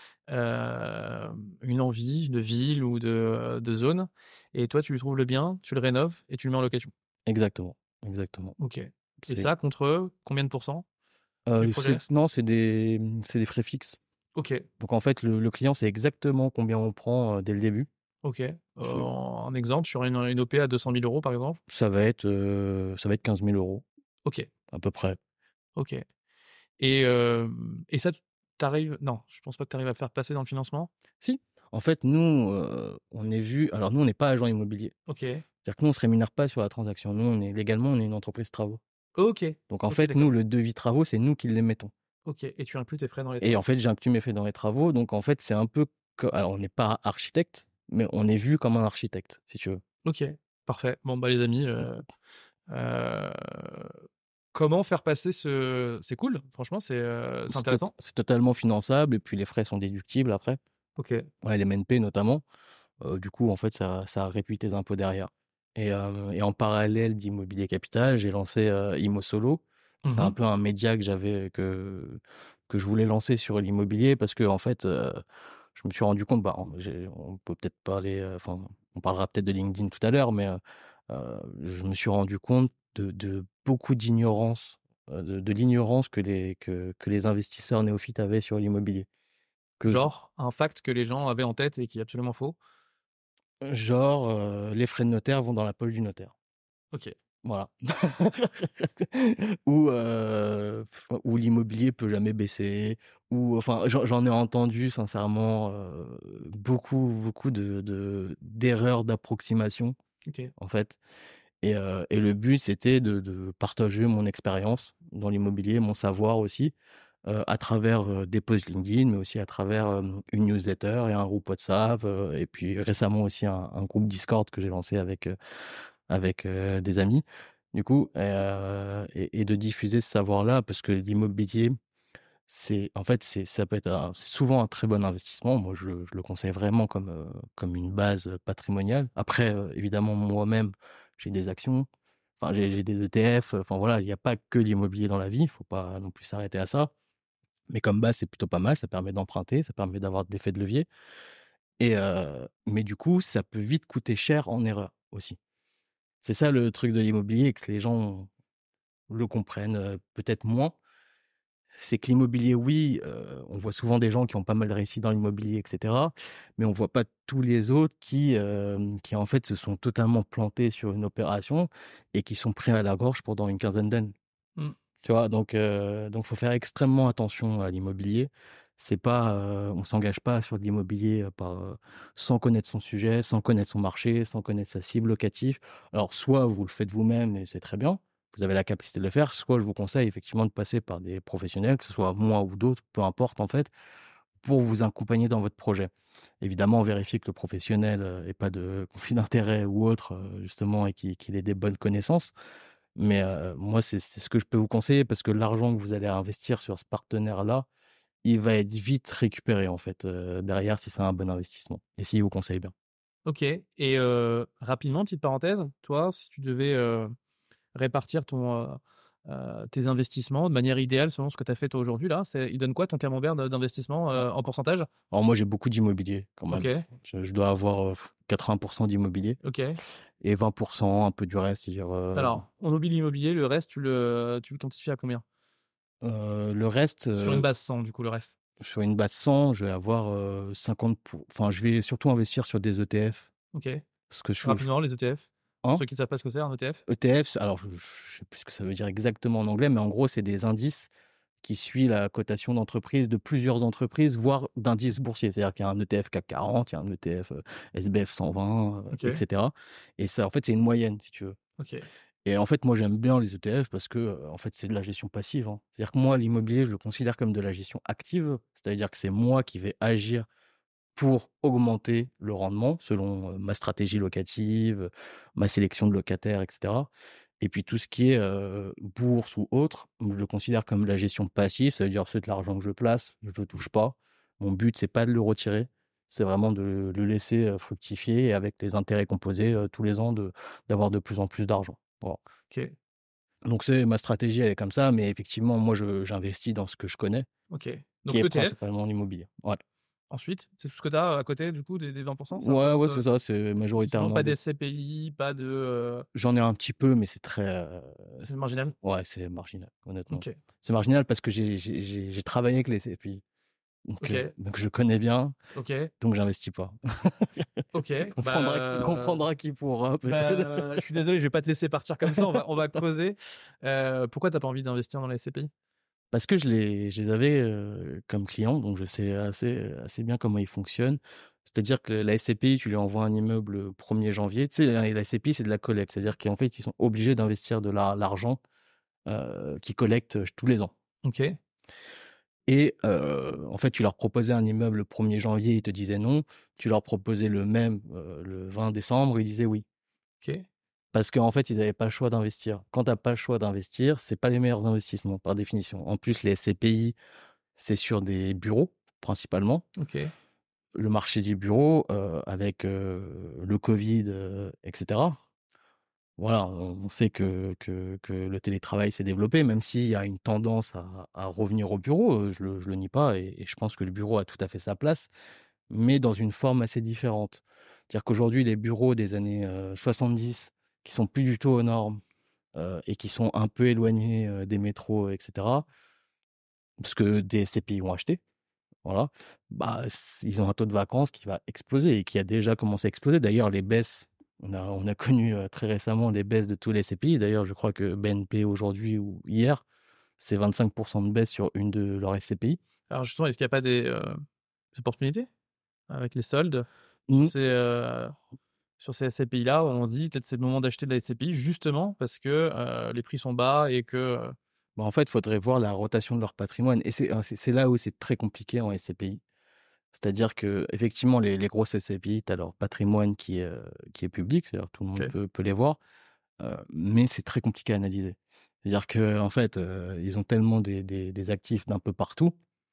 euh, une envie de ville ou de, de zone, et toi tu lui trouves le bien, tu le rénoves et tu le mets en location. exactement, exactement. Ok. Et C'est, ça contre combien de pourcents du euh, projet? c'est- non, c'est des, c'est des frais fixes. Ok. Donc en fait, le, le client sait exactement combien on prend euh, dès le début. Ok. Euh, Je- un exemple sur une, une O P à deux cent mille euros, par exemple. Ça va être, euh, ça va être quinze mille euros, Ok. à peu près. Ok. Et, euh, et ça, t'arrives. Non, je pense pas que tu arrives à le faire passer dans le financement. Si, en fait, nous, euh, on est vu. Alors, nous, on n'est pas agent immobilier. Ok. C'est-à-dire que nous, on ne se rémunère pas sur la transaction. Nous, on est légalement, on est une entreprise de travaux. Ok. Donc, en Ok, fait, nous, d'accord. le devis travaux, c'est nous qui l'émettons. Ok. Et tu inclus tes frais dans les Et travaux. en fait, j'inclus mes faits dans les travaux. Donc, en fait, c'est un peu. co- Alors, on n'est pas architecte, mais on est vu comme un architecte, si tu veux. Ok. Parfait. Bon, bah, les amis, euh, euh, comment faire passer ce. C'est cool. Franchement, c'est euh, c'est C'est tot- intéressant. c'est totalement finançable et puis les frais sont déductibles après. Ok. Ouais, les M N P notamment. Euh, du coup, en fait, ça, ça réduit tes impôts derrière. Et, euh, et en parallèle d'Immobilier Capital, j'ai lancé euh, Imo Solo. C'est un Mhm. peu un média que j'avais que que je voulais lancer sur l'immobilier parce que en fait, euh, je me suis rendu compte. Bah, on j'ai- on peut peut-être parler. euh, Enfin, on parlera peut-être de LinkedIn tout à l'heure, mais euh, euh, je me suis rendu compte de, de beaucoup d'ignorance, euh, de, de l'ignorance que les que que les investisseurs néophytes avaient sur l'immobilier. Que je- Genre, un fact que les gens avaient en tête et qui est absolument faux. genre, euh, les frais de notaire vont dans la poche du notaire. Ok. Voilà. Ou, euh, f- ou l'immobilier peut jamais baisser. Ou, enfin, j'en j'en ai entendu sincèrement euh, beaucoup, beaucoup de, de- d'erreurs d'approximation, Ok. en fait. Et, euh, et le but, c'était de, de partager mon expérience dans l'immobilier, mon savoir aussi, euh, à travers euh, des posts LinkedIn, mais aussi à travers euh, une newsletter et un groupe WhatsApp. euh, et puis récemment aussi un, un groupe Discord que j'ai lancé avec, euh, avec euh, des amis. Du coup, euh, et, et de diffuser ce savoir-là, parce que l'immobilier, c'est en fait, c'est ça peut être un- c'est souvent un très bon investissement. Moi, je, je le conseille vraiment comme, euh, comme une base patrimoniale. Après, euh, évidemment, moi-même, j'ai des actions, enfin, j'ai j'ai des E T F. Enfin voilà, il n'y a pas que l'immobilier dans la vie. Il faut pas non plus s'arrêter à ça. Mais comme base, c'est plutôt pas mal. Ça permet d'emprunter, ça permet d'avoir des effets de levier. Et euh, mais du coup, ça peut vite coûter cher en erreur aussi. C'est ça le truc de l'immobilier, que les gens le comprennent euh, peut-être moins. C'est que l'immobilier, oui, euh, on voit souvent des gens qui ont pas mal réussi dans l'immobilier, et cetera. Mais on voit pas tous les autres qui, euh, qui en fait se sont totalement plantés sur une opération et qui sont pris à la gorge pendant une quinzaine d'années. Mm. Tu vois, donc euh, donc faut faire extrêmement attention à l'immobilier. C'est pas, euh, on s'engage pas sur de l'immobilier euh, par euh, sans connaître son sujet, sans connaître son marché, sans connaître sa cible locative. Alors soit vous le faites vous-même et c'est très bien, vous avez la capacité de le faire. Soit je vous conseille effectivement de passer par des professionnels, que ce soit moi ou d'autres, peu importe en fait, pour vous accompagner dans votre projet. Évidemment, vérifiez que le professionnel n'ait pas de conflit d'intérêt ou autre, euh, justement, et qu'il qu'il ait des bonnes connaissances. Mais euh, moi, c'est c'est ce que je peux vous conseiller parce que l'argent que vous allez investir sur ce partenaire-là, il va être vite récupéré, en fait, euh, derrière, si c'est un bon investissement et s'il vous conseille bien. Ok. Et euh, rapidement, petite parenthèse, toi, si tu devais euh, répartir ton, euh, euh, tes investissements de manière idéale selon ce que tu as fait toi aujourd'hui, là, c'est, il donne quoi ton camembert d- d'investissement euh, en pourcentage? Alors moi, j'ai beaucoup d'immobilier quand Ok. même. Je, je dois avoir euh, quatre-vingts pour cent d'immobilier Ok. et vingt pour cent un peu du reste. C'est-à-dire, euh, Alors, on oublie l'immobilier, le reste, tu le, tu le quantifies à combien? euh, le reste, Sur une euh, base cent, du coup, le reste. sur une base cent, je vais avoir euh, cinquante pour... Enfin, je vais surtout investir sur des E T F. Ok. Parce que je, je- Rapidement, les E T F. Pour hein, ceux qui ne savent pas ce que c'est, un E T F. E T F, c'est- alors je, je sais plus ce que ça veut dire exactement en anglais, mais en gros, c'est des indices qui suivent la cotation d'entreprise de plusieurs entreprises, voire d'indices boursiers. C'est-à-dire qu'il y a un E T F C A C quarante, il y a un E T F euh, S B F cent vingt, euh, Ok. et cetera. Et ça, en fait, c'est une moyenne, si tu veux. Ok. Et en fait, moi, j'aime bien les E T F parce que, euh, en fait, c'est de la gestion passive, hein. C'est-à-dire que moi, l'immobilier, je le considère comme de la gestion active. C'est-à-dire que c'est moi qui vais agir pour augmenter le rendement selon euh, ma stratégie locative, ma sélection de locataires, et cetera. Et puis tout ce qui est euh, bourse ou autre, je le considère comme la gestion passive, ça veut dire c'est de l'argent que je place, je ne le touche pas. Mon but, c'est pas de le retirer, c'est vraiment de le le laisser euh, fructifier et avec les intérêts composés euh, tous les ans de d'avoir de plus en plus d'argent. Voilà. Ok. Donc c'est ma stratégie, elle est comme ça, mais effectivement, moi, je- j'investis dans ce que je connais, Ok. qui Donc est E T F. principalement l'immobilier. Ouais. Ensuite, c'est tout ce que tu as à côté du coup des, des vingt pour cent, ça Ouais, ouais, représente c'est euh, ça, c'est essentiellement majoritairement pas des... des C P I, pas de. euh, J'en ai un petit peu, mais c'est très... euh, c'est marginal. ouais, c'est marginal, honnêtement. Ok. C'est marginal parce que j'ai j'ai- j'ai- j'ai travaillé avec les C P I. Donc, Ok. euh, donc je connais bien, Ok. donc j'investis pas. Ok. comprendra, Bah, qui, comprendra qui pourra, peut-être. bah, je suis désolé, je vais pas te laisser partir comme ça. On va, on va creuser. Euh, pourquoi t'as pas envie d'investir dans la S C P I? Parce que je les, je les avais euh, comme clients, donc je sais assez, assez bien comment ils fonctionnent. C'est-à-dire que la S C P I, tu lui envoies un immeuble le premier janvier. Tu sais, la la S C P I, c'est de la collecte. C'est-à-dire qu'en fait, ils sont obligés d'investir de la- l'argent euh, qu'ils collectent tous les ans. Ok. Et euh, en fait, tu leur proposais un immeuble le premier janvier, ils te disaient non. Tu leur proposais le même euh, le vingt décembre, ils disaient oui. Ok. Parce qu'en fait, ils n'avaient pas le choix d'investir. Quand tu n'as pas le choix d'investir, c'est pas les meilleurs investissements, par définition. En plus, les S C P I, c'est sur des bureaux, principalement. Ok. Le marché du bureau, euh, avec euh, le Covid, euh, et cetera. Voilà, on on sait que, que, que le télétravail s'est développé, même s'il y a une tendance à, à revenir au bureau, euh, je le, je le nie pas, et, et je pense que le bureau a tout à fait sa place, mais dans une forme assez différente. C'est-à-dire qu'aujourd'hui, les bureaux des années euh, soixante-dix, qui sont plus du tout aux normes, euh, et qui sont un peu éloignés euh, des métros, et cetera, parce que des C P I ont acheté, voilà, bah, c- ils ont un taux de vacances qui va exploser et qui a déjà commencé à exploser. D'ailleurs, les baisses, on a, on a connu euh, très récemment les baisses de tous les C P I. D'ailleurs, je crois que B N P aujourd'hui ou hier, c'est vingt-cinq pour cent de baisse sur une de leurs S C P I. Alors justement, est-ce qu'il n'y a pas des, euh, des opportunités avec les soldes sur Mm. ces, euh, sur ces S C P I-là, où on se dit peut-être c'est le moment d'acheter de la S C P I justement parce que euh, les prix sont bas et que... euh, Bah, en fait, il faudrait voir la rotation de leur patrimoine. Et c'est euh, c'est- c'est là où c'est très compliqué en S C P I. C'est-à-dire que effectivement, les, les grosses S C P I, tu as leur patrimoine qui est, euh, qui est public, c'est-à-dire tout le monde Ok. peut, peut les voir. Euh, mais c'est très compliqué à analyser. C'est-à-dire que en fait, euh, ils ont tellement des, des, des actifs d'un peu partout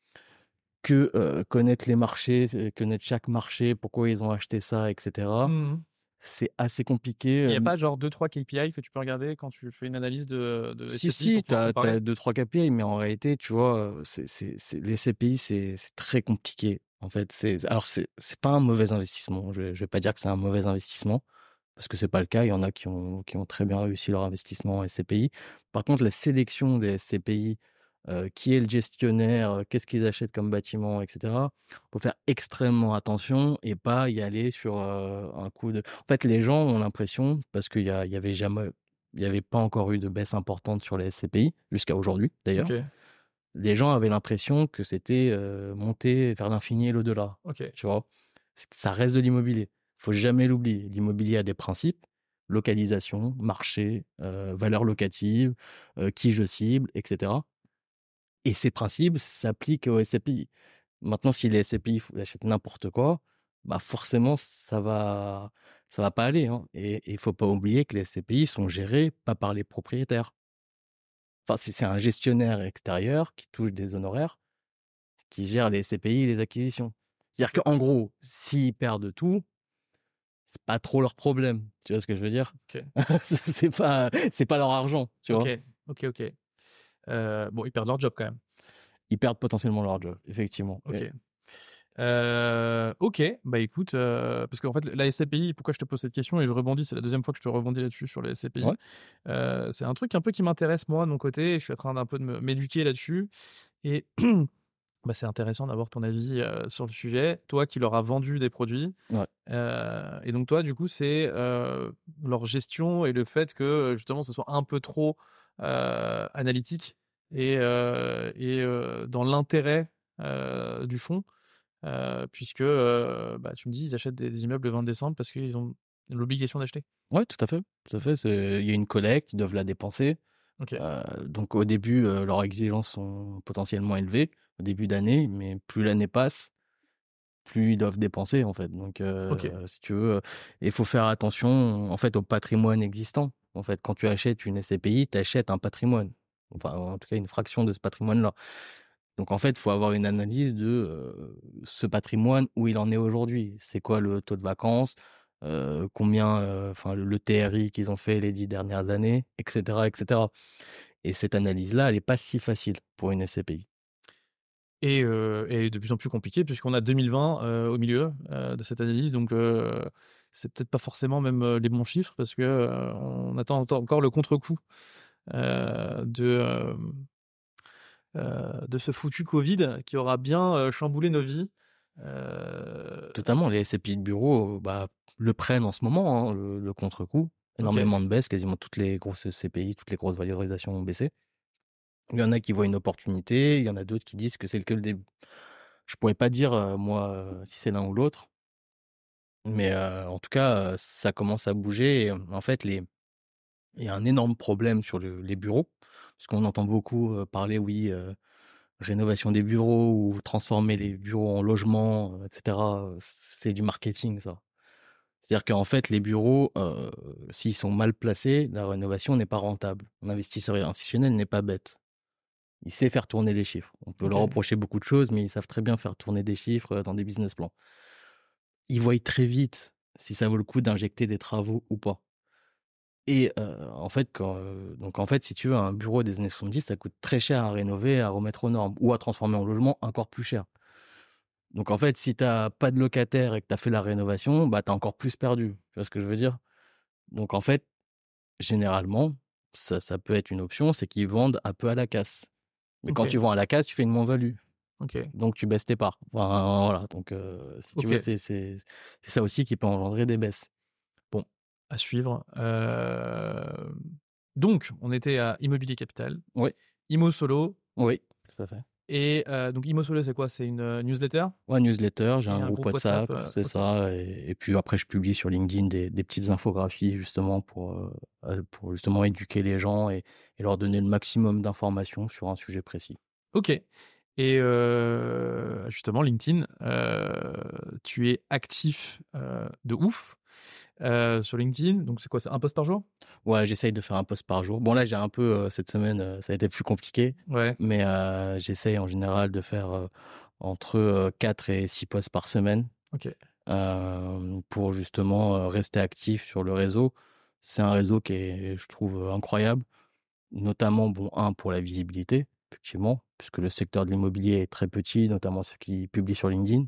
que euh, connaître les marchés, euh, connaître chaque marché, pourquoi ils ont acheté ça, et cetera. Mhm. C'est assez compliqué. Il n'y a euh, pas genre deux trois K P I que tu peux regarder quand tu fais une analyse de, de Si, S C P I pour si, tu pouvoir as, comparer? deux, trois K P I, mais en réalité, tu vois, euh, c'est, c'est, c'est- les C P I, c'est, c'est très compliqué. En fait, c'est, alors, c'est, c'est pas un mauvais investissement. Je, je vais pas dire que c'est un mauvais investissement, parce que c'est pas le cas. Il y en a qui ont, qui ont très bien réussi leur investissement en S C P I. Par contre, la sélection des S C P I, euh, qui est le gestionnaire, euh, qu'est-ce qu'ils achètent comme bâtiment, et cetera. Faut faire extrêmement attention et pas y aller sur euh, un coup de. En fait, les gens ont l'impression, parce qu'il y a, il y avait jamais, il n'y avait pas encore eu de baisse importante sur les S C P I, jusqu'à aujourd'hui d'ailleurs. Ok. Les gens avaient l'impression que c'était euh, monter vers l'infini et l'au-delà. Ok. Tu vois, ça reste de l'immobilier. Faut jamais l'oublier. L'immobilier a des principes: localisation, marché, euh, valeur locative, euh, qui je cible, et cetera. Et ces principes s'appliquent aux S C P I. Maintenant, si les S C P I achètent n'importe quoi, bah forcément, ça va, ça va pas aller, hein. Et il faut pas oublier que les S C P I sont gérés pas par les propriétaires. Enfin, c'est c'est un gestionnaire extérieur qui touche des honoraires, qui gère les S C P I et les acquisitions. C'est-à-dire Ok. qu'en gros, s'ils perdent tout, c'est pas trop leur problème. Tu vois ce que je veux dire? Ok. C'est pas, c'est pas leur argent, tu Ok. vois. Ok. Ok. Euh, bon, ils perdent leur job quand même. Ils perdent potentiellement leur job, effectivement. Ok. Et- Euh, ok, bah écoute, euh, parce qu'en fait, la S C P I, pourquoi je te pose cette question et je rebondis, c'est la deuxième fois que je te rebondis là-dessus sur les S C P I. Ouais. Euh, c'est un truc un peu qui m'intéresse moi de mon côté. Je suis en train d'un peu de me- m'éduquer là-dessus et bah, c'est intéressant d'avoir ton avis euh, sur le sujet. Toi qui leur as vendu des produits, Ouais. Euh, et donc toi, du coup, c'est euh, leur gestion et le fait que justement ce soit un peu trop euh, analytique et, euh, et euh, dans l'intérêt euh, du fonds. Euh, puisque euh, bah, tu me dis ils achètent des immeubles le vingt décembre parce qu'ils ont l'obligation d'acheter. Ouais, tout à fait. Tout à fait. C'est- Il y a une collecte, ils doivent la dépenser. Ok. Euh, donc au début, euh, leurs exigences sont potentiellement élevées au début d'année, mais plus l'année passe, plus ils doivent dépenser en fait. Donc Ok. euh, si tu veux, il faut faire attention en fait au patrimoine existant. En fait, quand tu achètes une S C P I, tu achètes un patrimoine. Enfin, en tout cas, une fraction de ce patrimoine-là. Donc en fait, il faut avoir une analyse de euh, ce patrimoine, où il en est aujourd'hui. C'est quoi le taux de vacances, euh, combien, euh, enfin le, le T R I qu'ils ont fait les dix dernières années, et cetera, et cetera. Et cette analyse-là, elle n'est pas si facile pour une S C P I. Et, euh, et de plus en plus compliqué puisqu'on a deux mille vingt euh, au milieu euh, de cette analyse, donc euh, c'est peut-être pas forcément même euh, les bons chiffres parce que euh, on attend encore le contre-coup euh, de, euh, euh, de ce foutu Covid qui aura bien euh, chamboulé nos vies. Euh... Totalement, les S C P I de bureau bah, le prennent en ce moment, hein, le, le contre-coup. Énormément Ok. de baisse, quasiment toutes les grosses C P I, toutes les grosses valorisations ont baissé. Il y en a qui voient une opportunité, il y en a d'autres qui disent que c'est que le début. Je pourrais pas dire, euh, moi, euh, si c'est l'un ou l'autre, mais euh, en tout cas, euh, ça commence à bouger. Et, en fait, les... il y a un énorme problème sur le- les bureaux, parce qu'on entend beaucoup euh, parler, oui, euh, rénovation des bureaux ou transformer les bureaux en logements, euh, et cetera. C'est du marketing, ça. C'est-à-dire qu'en fait, les bureaux, euh, s'ils sont mal placés, la rénovation n'est pas rentable. Un investisseur institutionnel n'est pas bête. Il sait faire tourner les chiffres. On peut Ok. leur reprocher beaucoup de choses, mais ils savent très bien faire tourner des chiffres euh, dans des business plans. Ils voient très vite si ça vaut le coup d'injecter des travaux ou pas. Et euh, en fait, quand, euh, donc en fait, si tu veux, un bureau des années soixante-dix, ça coûte très cher à rénover, à remettre aux normes, ou à transformer en logement encore plus cher. Donc en fait, si tu n'as pas de locataire et que tu as fait la rénovation, bah, tu as encore plus perdu. Tu vois ce que je veux dire? Donc en fait, généralement, ça, ça peut être une option, c'est qu'ils vendent un peu à la casse. Mais quand Ok. tu vends à la casse, tu fais une moins-value. Ok. Donc tu baisses tes parts. Enfin, voilà. Donc euh, si tu Ok. veux, c'est, c'est, c'est ça aussi qui peut engendrer des baisses. Bon. À suivre. Euh... Donc, on était à Immobilier Capital. Oui. Imo Solo. Oui, tout à fait. Et euh, donc, Imo Solo, c'est quoi? C'est une euh, newsletter? Ouais, newsletter, j'ai Et un, un groupe groupe WhatsApp, WhatsApp, euh, c'est ok. ça. Et, et puis après, je publie sur LinkedIn des, des petites infographies justement pour, euh, pour justement éduquer les gens et, et leur donner le maximum d'informations sur un sujet précis. Ok. Et euh, justement, LinkedIn, euh, tu es actif euh, de ouf euh, sur LinkedIn. Donc, c'est quoi? C'est un post par jour? Ouais, j'essaye de faire un post par jour. Bon, là, j'ai un peu, euh, cette semaine, euh, ça a été plus compliqué. Ouais. Mais euh, j'essaye en général de faire euh, entre euh, quatre et six posts par semaine. Ok. Euh, pour justement euh, rester actif sur le réseau. C'est un réseau qui est, je trouve, incroyable. Notamment, bon, un, pour la visibilité, effectivement, puisque le secteur de l'immobilier est très petit, notamment ceux qui publient sur LinkedIn.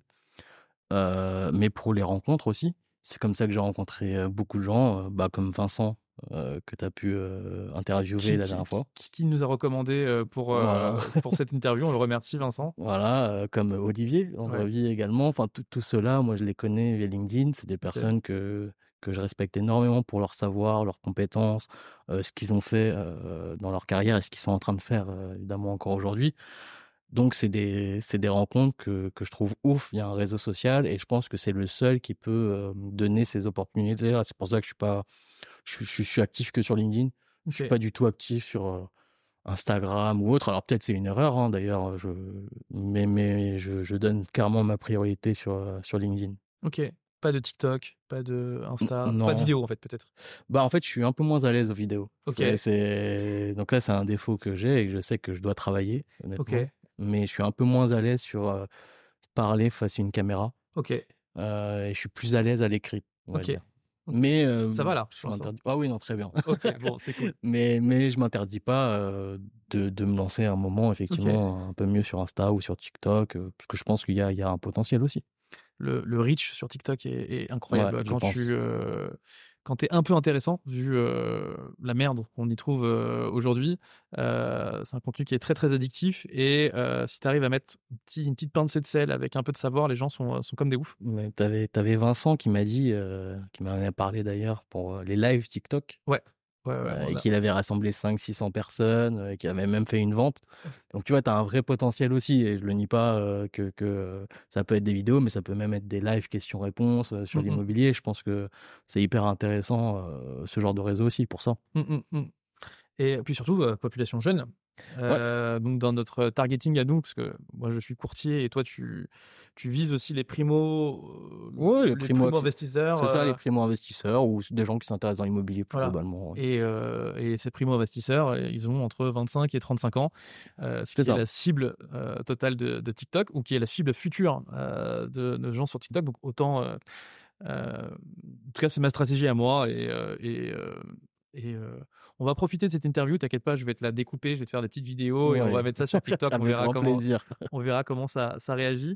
Euh, mais pour les rencontres aussi. C'est comme ça que j'ai rencontré euh, beaucoup de gens, euh, bah, comme Vincent, euh, que tu as pu euh, interviewer Qui, la qui, dernière fois. qui, qui nous a recommandé euh, pour, euh, Voilà. pour cette interview? On le remercie, Vincent. Voilà, euh, comme Olivier, Ouais. Andrevi également. Enfin, tout, tout cela, moi, je les connais via LinkedIn. C'est des Ok. personnes que, que je respecte énormément pour leur savoir, leurs compétences, euh, ce qu'ils ont fait euh, dans leur carrière et ce qu'ils sont en train de faire, euh, évidemment, encore aujourd'hui. Donc, c'est des, c'est des rencontres que, que je trouve ouf. Il y a un réseau social et je pense que c'est le seul qui peut euh, donner ces opportunités. C'est pour ça que je suis pas, je, suis- je, suis- je suis actif que sur LinkedIn. Je suis Ok. pas du tout actif sur euh, Instagram ou autre. Alors peut-être c'est une erreur, hein, d'ailleurs, je... mais, mais je, je donne clairement ma priorité sur, euh, sur LinkedIn. Ok. Pas de TikTok, pas de N- Insta, pas de Non. vidéo en fait, peut-être. Bah en fait, je suis un peu moins à l'aise aux vidéos. Ok. C'est, c'est... Donc là, c'est un défaut que j'ai et que je sais que je dois travailler, honnêtement. Ok. Mais je suis un peu moins à l'aise sur euh, parler face à une caméra. Ok. Euh, et je suis plus à l'aise à l'écrit, on va Ok. dire. Mais euh, Ça va là, je pour l'instant. m'interdis. Ah oui, non, très bien. Ok, bon, c'est cool. mais, mais je m'interdis pas euh, de, de me lancer un moment, effectivement, un peu mieux sur Insta ou sur TikTok, euh, parce que je pense qu'il y a, il y a un potentiel aussi. Le, le reach sur TikTok est, est incroyable. Ouais, je quand pense. tu euh, quand t'es un peu intéressant, vu euh, la merde qu'on y trouve euh, aujourd'hui, euh, c'est un contenu qui est très très addictif. Et euh, si tu arrives à mettre un petit- une petite pincée de sel avec un peu de savoir, les gens sont, sont comme des oufs. Mais t'avais, t'avais Vincent qui m'a dit, euh, qui m'en a parlé d'ailleurs pour euh, les lives TikTok, Ouais. Ouais, ouais, euh, on et a- qu'il avait rassemblé cinq cents six cents personnes, euh, et qu'il avait même fait une vente. Donc tu vois, tu as un vrai potentiel aussi, et je le nie pas euh, que, que euh, ça peut être des vidéos, mais ça peut même être des lives questions-réponses euh, sur Mm, mm, l'immobilier. Je pense que c'est hyper intéressant, euh, ce genre de réseau aussi, pour ça. mm, mm, mm. Et puis surtout, euh, population jeune. Ouais, Euh, donc dans notre targeting à nous, parce que moi je suis courtier et toi tu, tu vises aussi les primo, euh, ouais, les les primo, primo investisseurs. c'est ça, les euh, primo-investisseurs ou des gens qui s'intéressent dans l'immobilier plus Voilà. globalement. Ouais. Et, euh, et ces primo-investisseurs, euh, ils ont entre vingt-cinq et trente-cinq ans, euh, ce qui C'est est ça. la cible euh, totale de, de TikTok, ou qui est la cible future euh, de, de gens sur TikTok. Donc autant, euh, euh, en tout cas, c'est ma stratégie à moi. Et, euh, et, euh, et euh, on va profiter de cette interview. T'inquiète pas, je vais te la découper, je vais te faire des petites vidéos et on Ouais. va mettre ça sur TikTok. On Avec verra grand comment, plaisir. on verra comment ça, ça réagit.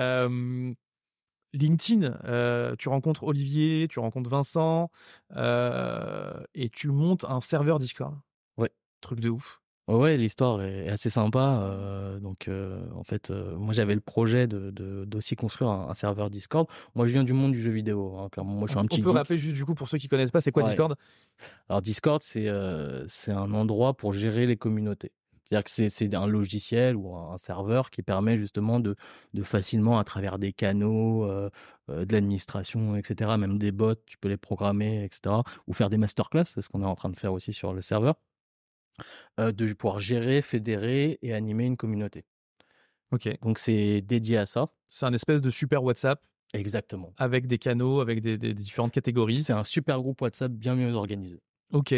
Euh, LinkedIn, euh, tu rencontres Olivier, tu rencontres Vincent, euh, et tu montes un serveur Discord. Ouais. Truc de ouf. Ouais, l'histoire est est assez sympa. euh, donc, euh, en fait, euh, moi, j'avais le projet de, de- d'aussi construire un, un serveur Discord. Moi, je viens du monde du jeu vidéo, hein, clairement. Moi, je On, suis un on petit peut geek. rappeler juste du coup pour ceux qui connaissent pas, c'est quoi Ouais. Discord? Alors, Discord, c'est euh, c'est un endroit pour gérer les communautés. C'est-à-dire que c'est c'est un logiciel ou un serveur qui permet justement de, de facilement, à travers des canaux, euh, euh, de l'administration, et cetera, même des bots, tu peux les programmer, et cetera, ou faire des masterclass, c'est ce qu'on est en train de faire aussi sur le serveur, euh, de pouvoir gérer, fédérer et animer une communauté. Ok. Donc, c'est dédié à ça. C'est un espèce de super WhatsApp Exactement. avec des canaux, avec des, des- des différentes catégories. C'est un super groupe WhatsApp bien mieux organisé. Ok.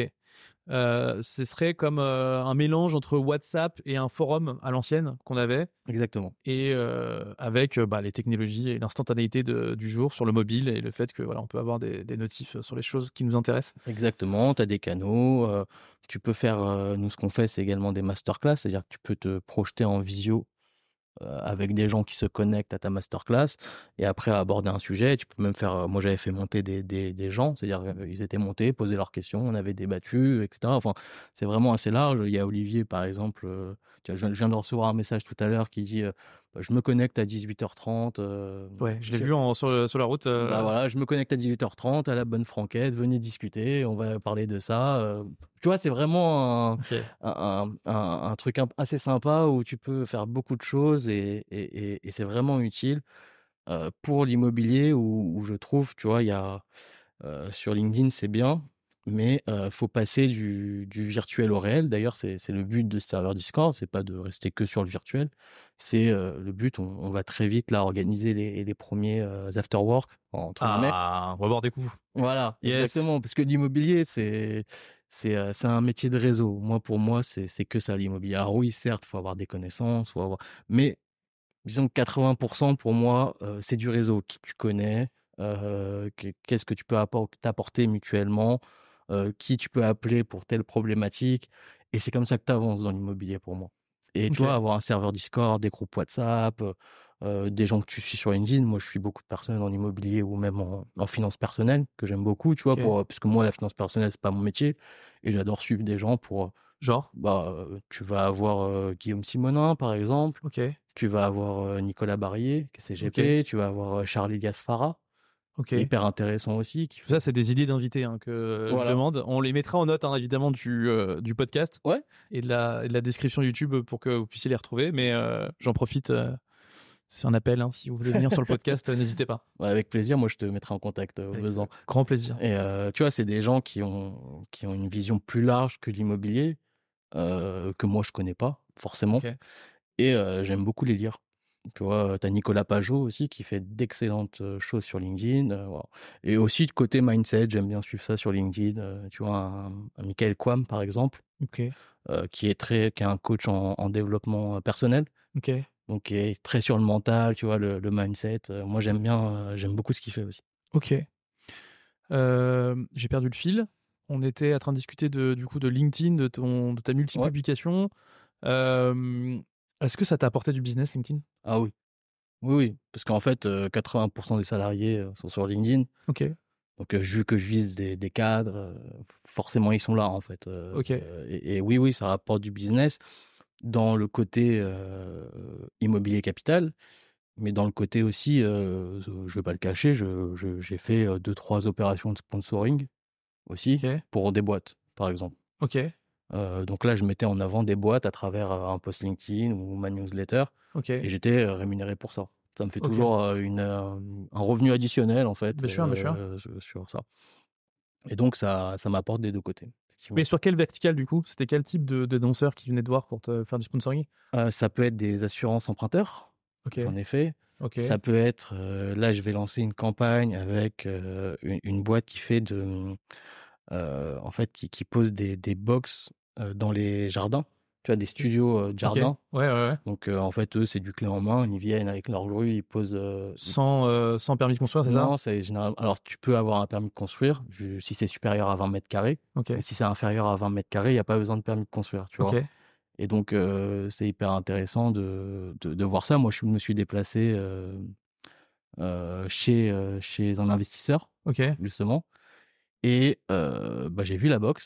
Euh, ce serait comme euh, un mélange entre WhatsApp et un forum à l'ancienne qu'on avait, Exactement. et euh, avec euh, bah, les technologies et l'instantanéité de- du jour sur le mobile et le fait que voilà, on peut avoir des, des notifs sur les choses qui nous intéressent. Exactement. Tu as des canaux. euh, tu peux faire, euh, nous, ce qu'on fait, c'est également des masterclass. C'est-à-dire que tu peux te projeter en visio euh, avec des gens qui se connectent à ta masterclass et après aborder un sujet. Tu peux même faire, euh, moi j'avais fait monter des, des, des gens, c'est-à-dire euh, ils étaient montés, posaient leurs questions, on avait débattu, et cetera. Enfin, c'est vraiment assez large. Il y a Olivier par exemple, euh, tu vois, je, je viens de recevoir un message tout à l'heure qui dit euh, bah, je me connecte à dix-huit heures trente. euh, Ouais, je l'ai sur- vu en- sur, le- sur la route. euh, Bah voilà, je me connecte à dix-huit heures trente à la bonne franquette, venez discuter, on va parler de ça. euh. Tu vois, c'est vraiment un, ok. un, un, un- un truc un- assez sympa où tu peux faire beaucoup de choses et, et, et, et c'est vraiment utile euh, pour l'immobilier où, où je trouve, tu vois, il y a euh, sur LinkedIn, c'est bien, mais euh, faut passer du, du virtuel au réel. D'ailleurs, c'est c'est le but de ce serveur Discord, c'est pas de rester que sur le virtuel. C'est euh, le but. On, on va très vite là organiser les, les premiers euh, after work entre guillemets. Ah, on va boire des coups. Voilà, Yes. exactement, parce que l'immobilier, c'est c'est euh, c'est un métier de réseau. Moi, pour moi, c'est c'est que ça l'immobilier. Alors oui, certes, faut avoir des connaissances, faut avoir, mais disons que quatre-vingts pour cent pour moi, euh, c'est du réseau qui tu connais, euh, qu'est- qu'est-ce que tu peux appor- t'apporter mutuellement, euh, qui tu peux appeler pour telle problématique, et c'est comme ça que tu avances dans l'immobilier pour moi. Et tu Ok. vois, avoir un serveur Discord, des groupes WhatsApp, euh, euh, des gens que tu suis sur LinkedIn. Moi, je suis beaucoup de personnes en immobilier ou même en, en finance personnelle que j'aime beaucoup, tu vois, Ok. pour, parce que moi, la finance personnelle, c'est pas mon métier, et j'adore suivre des gens pour, Genre. bah, euh, tu vas avoir euh, Guillaume Simonin, par exemple. Ok. Tu vas avoir euh, Nicolas Barrier, qui est C G P. Ok. Tu vas avoir euh, Charlie Gasfara, Ok. qui est hyper intéressant aussi. Qui Tout fait... ça, c'est des idées d'invités hein, que euh, je Voilà. demande. On les mettra en note, hein, évidemment, du, euh, du podcast Ouais. et de, la, et de la description YouTube pour que vous puissiez les retrouver. Mais euh, j'en profite. euh, c'est un appel. Hein, si vous voulez venir sur le podcast, euh, n'hésitez pas. Ouais, avec plaisir. Moi, je te mettrai en contact euh, au Avec besoin. euh, grand plaisir. Et euh, tu vois, c'est des gens qui ont, qui ont une vision plus large que l'immobilier, euh, que moi, je connais pas, forcément. Ok. Et euh, j'aime beaucoup les lire. Tu vois, tu as Nicolas Pajot aussi qui fait d'excellentes euh, choses sur LinkedIn. euh, voilà. Et aussi, de côté mindset, j'aime bien suivre ça sur LinkedIn. euh, tu vois, un, un Michael Quam, par exemple, Ok. euh, qui est très, qui est un coach en, en développement euh, personnel. Ok. Donc, qui est très sur le mental, tu vois, le, le mindset. Euh, moi, j'aime bien, euh, j'aime beaucoup ce qu'il fait aussi. Ok. Euh, j'ai perdu le fil. On était en train de discuter de, du coup de LinkedIn, de, ton, de ta multiplication. Euh, Est-ce que ça t'a apporté du business, LinkedIn? Ah oui, oui, oui. Parce qu'en fait, euh, quatre-vingts pour cent des salariés euh, sont sur LinkedIn. Ok. Donc, euh, vu que je vise des, des cadres, euh, forcément, ils sont là, en fait. Euh, Ok. euh, et, et oui, oui, ça rapporte du business dans le côté euh, immobilier capital, mais dans le côté aussi, euh, je vais pas le cacher, je, je- j'ai fait euh, deux, trois opérations de sponsoring aussi Ok. pour des boîtes, par exemple. Ok. Euh, donc là, je mettais en avant des boîtes à travers euh, un post LinkedIn ou ma newsletter, Ok. et j'étais euh, rémunéré pour ça. Ça me fait Ok. toujours euh, une, euh, un revenu additionnel, en fait, Bien sûr, bien sûr. euh, sur sur ça. Et donc, ça, ça m'apporte des deux côtés. effectivement. Mais sur quel vertical, du coup? C'était quel type de, de danseur qui venait te voir pour te faire du sponsoring? Euh, ça peut être des assurances emprunteurs, Ok. j'en ai fait. Ok. Ça peut être, euh, là, je vais lancer une campagne avec euh, une, une boîte qui fait de, euh, en fait, qui, qui pose des, des box euh, dans les jardins. Tu as des studios euh, de Ok. jardin. Ouais, ouais, ouais. Donc, euh, en fait, eux, c'est du clé en main. Ils viennent avec leur grue, ils posent. euh, Sans, euh, sans permis de construire, c'est ça? Non, c'est général. Alors, tu peux avoir un permis de construire vu- si c'est supérieur à vingt mètres carrés. Ok. Mais si c'est inférieur à vingt mètres carrés, il n'y a pas besoin de permis de construire, tu vois. Ok. Et donc, euh, c'est hyper intéressant de, de, de voir ça. Moi, je me suis déplacé euh, euh, chez, euh, chez un investisseur, Ok. justement. Et euh, bah, j'ai vu la box.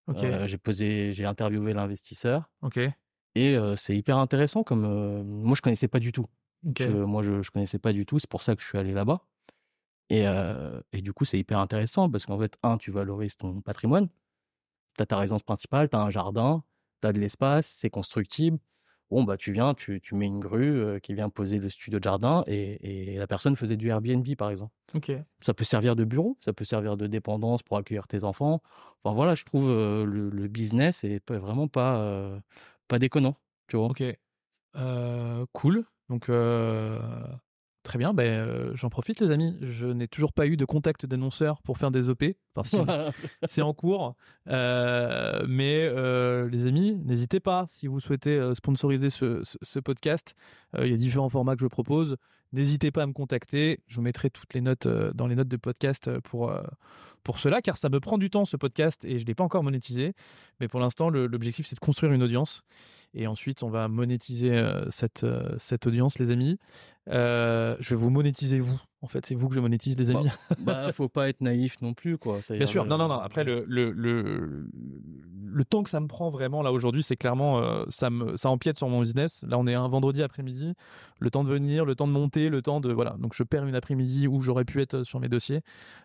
Ok. Euh, j'ai posé, j'ai interviewé l'investisseur Ok. et euh, c'est hyper intéressant comme euh, moi je connaissais pas du tout. Ok. Je, moi je, je connaissais pas du tout, c'est pour ça que je suis allé là-bas. Et, euh, et du coup c'est hyper intéressant parce qu'en fait un tu valorises ton patrimoine, t'as ta résidence principale, t'as un jardin, t'as de l'espace, c'est constructible. Bon bah tu viens, tu, tu mets une grue euh, qui vient poser le studio de jardin et, et la personne faisait du Airbnb par exemple. Ok. Ça peut servir de bureau, ça peut servir de dépendance pour accueillir tes enfants. Enfin voilà, je trouve euh, le, le business est pas- vraiment pas, euh, pas déconnant, tu vois. Ok. Euh, cool. Donc, euh, très bien. Ben, euh, j'en profite, les amis. Je n'ai toujours pas eu de contact d'annonceur pour faire des O P. Enfin, si, c'est en cours. Euh, mais, euh, les amis, n'hésitez pas. Si vous souhaitez euh, sponsoriser ce, ce, ce podcast, euh, il y a différents formats que je propose. N'hésitez pas à me contacter. Je vous mettrai toutes les notes euh, dans les notes de podcast euh, pour, euh, pour cela, car ça me prend du temps, ce podcast, et je ne l'ai pas encore monétisé. Mais pour l'instant, le- l'objectif, c'est de construire une audience. Et ensuite, on va monétiser euh, cette, euh, cette audience, les amis. Euh, je vais vous monétiser, vous. En fait, c'est vous que je monétise, les Bah, amis. bah, faut pas être naïf non plus, quoi. Ça Bien y sûr. est, Non, non, non. Après, le, le, le, le temps que ça me prend vraiment, là, aujourd'hui, c'est clairement, euh, ça, me, ça empiète sur mon business. Là, on est un vendredi après-midi. Le temps de venir, le temps de monter, le temps de. Voilà. Donc, je perds une après-midi où j'aurais pu être sur mes dossiers.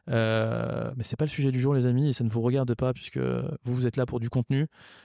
Euh, mais c'est pas le sujet du jour, les amis, et ça ne vous regarde pas, puisque vous, vous êtes là pour du contenu.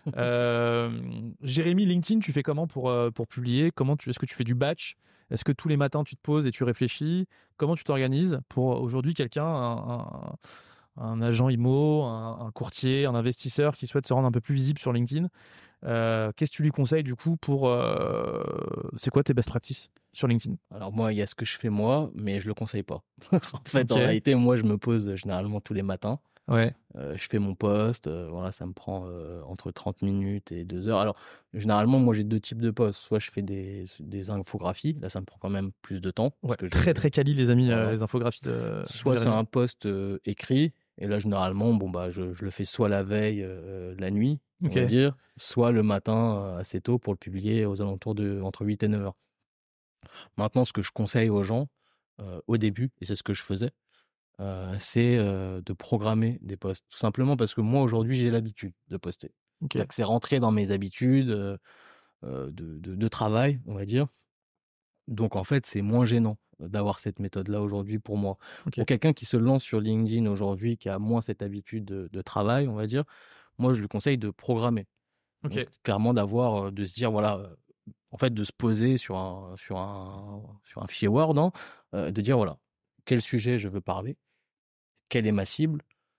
Euh, Jérémy, LinkedIn, tu fais comment pour, euh, pour publier? Comment tu, est-ce que tu fais du batch? Est-ce que tous les matins, tu te poses et tu réfléchis? Comment tu t'organises pour aujourd'hui quelqu'un, un, un- un agent IMO, un, un courtier, un investisseur qui souhaite se rendre un peu plus visible sur LinkedIn? Euh, qu'est-ce que tu lui conseilles du coup pour... euh, c'est quoi tes best practices sur LinkedIn? Alors moi, il y a ce que je fais moi, mais je le conseille pas. En fait, en Ok. réalité, moi, je me pose généralement tous les matins. Ouais. Euh, je fais mon post, euh, voilà, ça me prend euh, entre trente minutes et deux heures. Alors, généralement, moi, j'ai deux types de posts. Soit je fais des, des infographies, là, ça me prend quand même plus de temps. Ouais. Parce que Très je, très quali, les amis, euh, voilà. les infographies de Soit c'est Jérémy. un post euh, écrit, et là, généralement, bon, bah, je, je le fais soit la veille, euh, la nuit, on Ok. va dire, soit le matin euh, assez tôt pour le publier aux alentours de entre huit et neuf heures. Maintenant, ce que je conseille aux gens euh, au début, et c'est ce que je faisais, euh, c'est euh, de programmer des posts. Tout simplement parce que moi, aujourd'hui, j'ai l'habitude de poster. Ok. C'est-à-dire que c'est rentré dans mes habitudes euh, euh, de, de, de travail, on va dire. Donc, en fait, c'est moins gênant d'avoir cette méthode-là aujourd'hui pour moi. Ok. Pour quelqu'un qui se lance sur LinkedIn aujourd'hui, qui a moins cette habitude de, de travail, on va dire, moi, je lui conseille de programmer. Ok. Donc, clairement, d'avoir, euh, de se dire, voilà, euh, en fait, de se poser sur un, sur un, sur un fichier Word, hein, euh, de dire, voilà, quel sujet je veux parler, quelle est ma cible,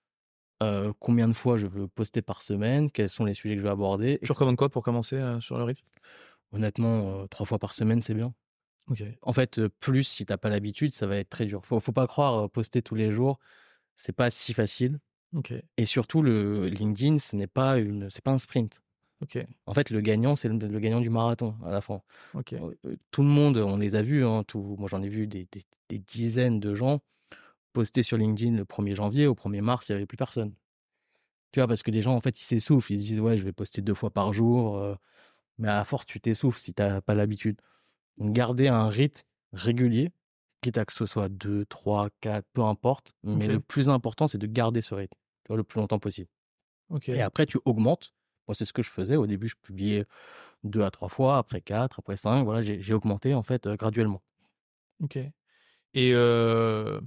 euh, combien de fois je veux poster par semaine, quels sont les sujets que je veux aborder. Tu recommandes quoi pour commencer euh, sur le rythme? Honnêtement, euh, trois fois par semaine, c'est bien. Ok. En fait, euh, plus si t'as pas l'habitude, ça va être très dur. Faut, faut pas croire, euh, poster tous les jours, c'est pas si facile. Ok. Et surtout, le LinkedIn, ce n'est pas une, c'est pas un sprint. Ok. En fait, le gagnant, c'est le, le gagnant du marathon à la fin. Ok. Euh, euh, Tout le monde, on les a vus. Hein, tout, moi, j'en ai vu des, des, des dizaines de gens poster sur LinkedIn le premier janvier. Au premier mars, il y avait plus personne. Tu vois, parce que les gens, en fait, ils s'essoufflent. Ils se disent, ouais, je vais poster deux fois par jour. euh, mais à force, tu t'essouffles si t'as pas l'habitude. Donc, garder un rythme régulier, quitte à que ce soit deux, trois, quatre, peu importe. Mais Ok. le plus important, c'est de garder ce rythme, tu vois, le plus longtemps possible. Ok. Et après, tu augmentes. Moi, c'est ce que je faisais. Au début, je publiais deux à trois fois, après quatre, après cinq. Voilà, j'ai j'ai augmenté, en fait, euh, graduellement. Ok. Et euh,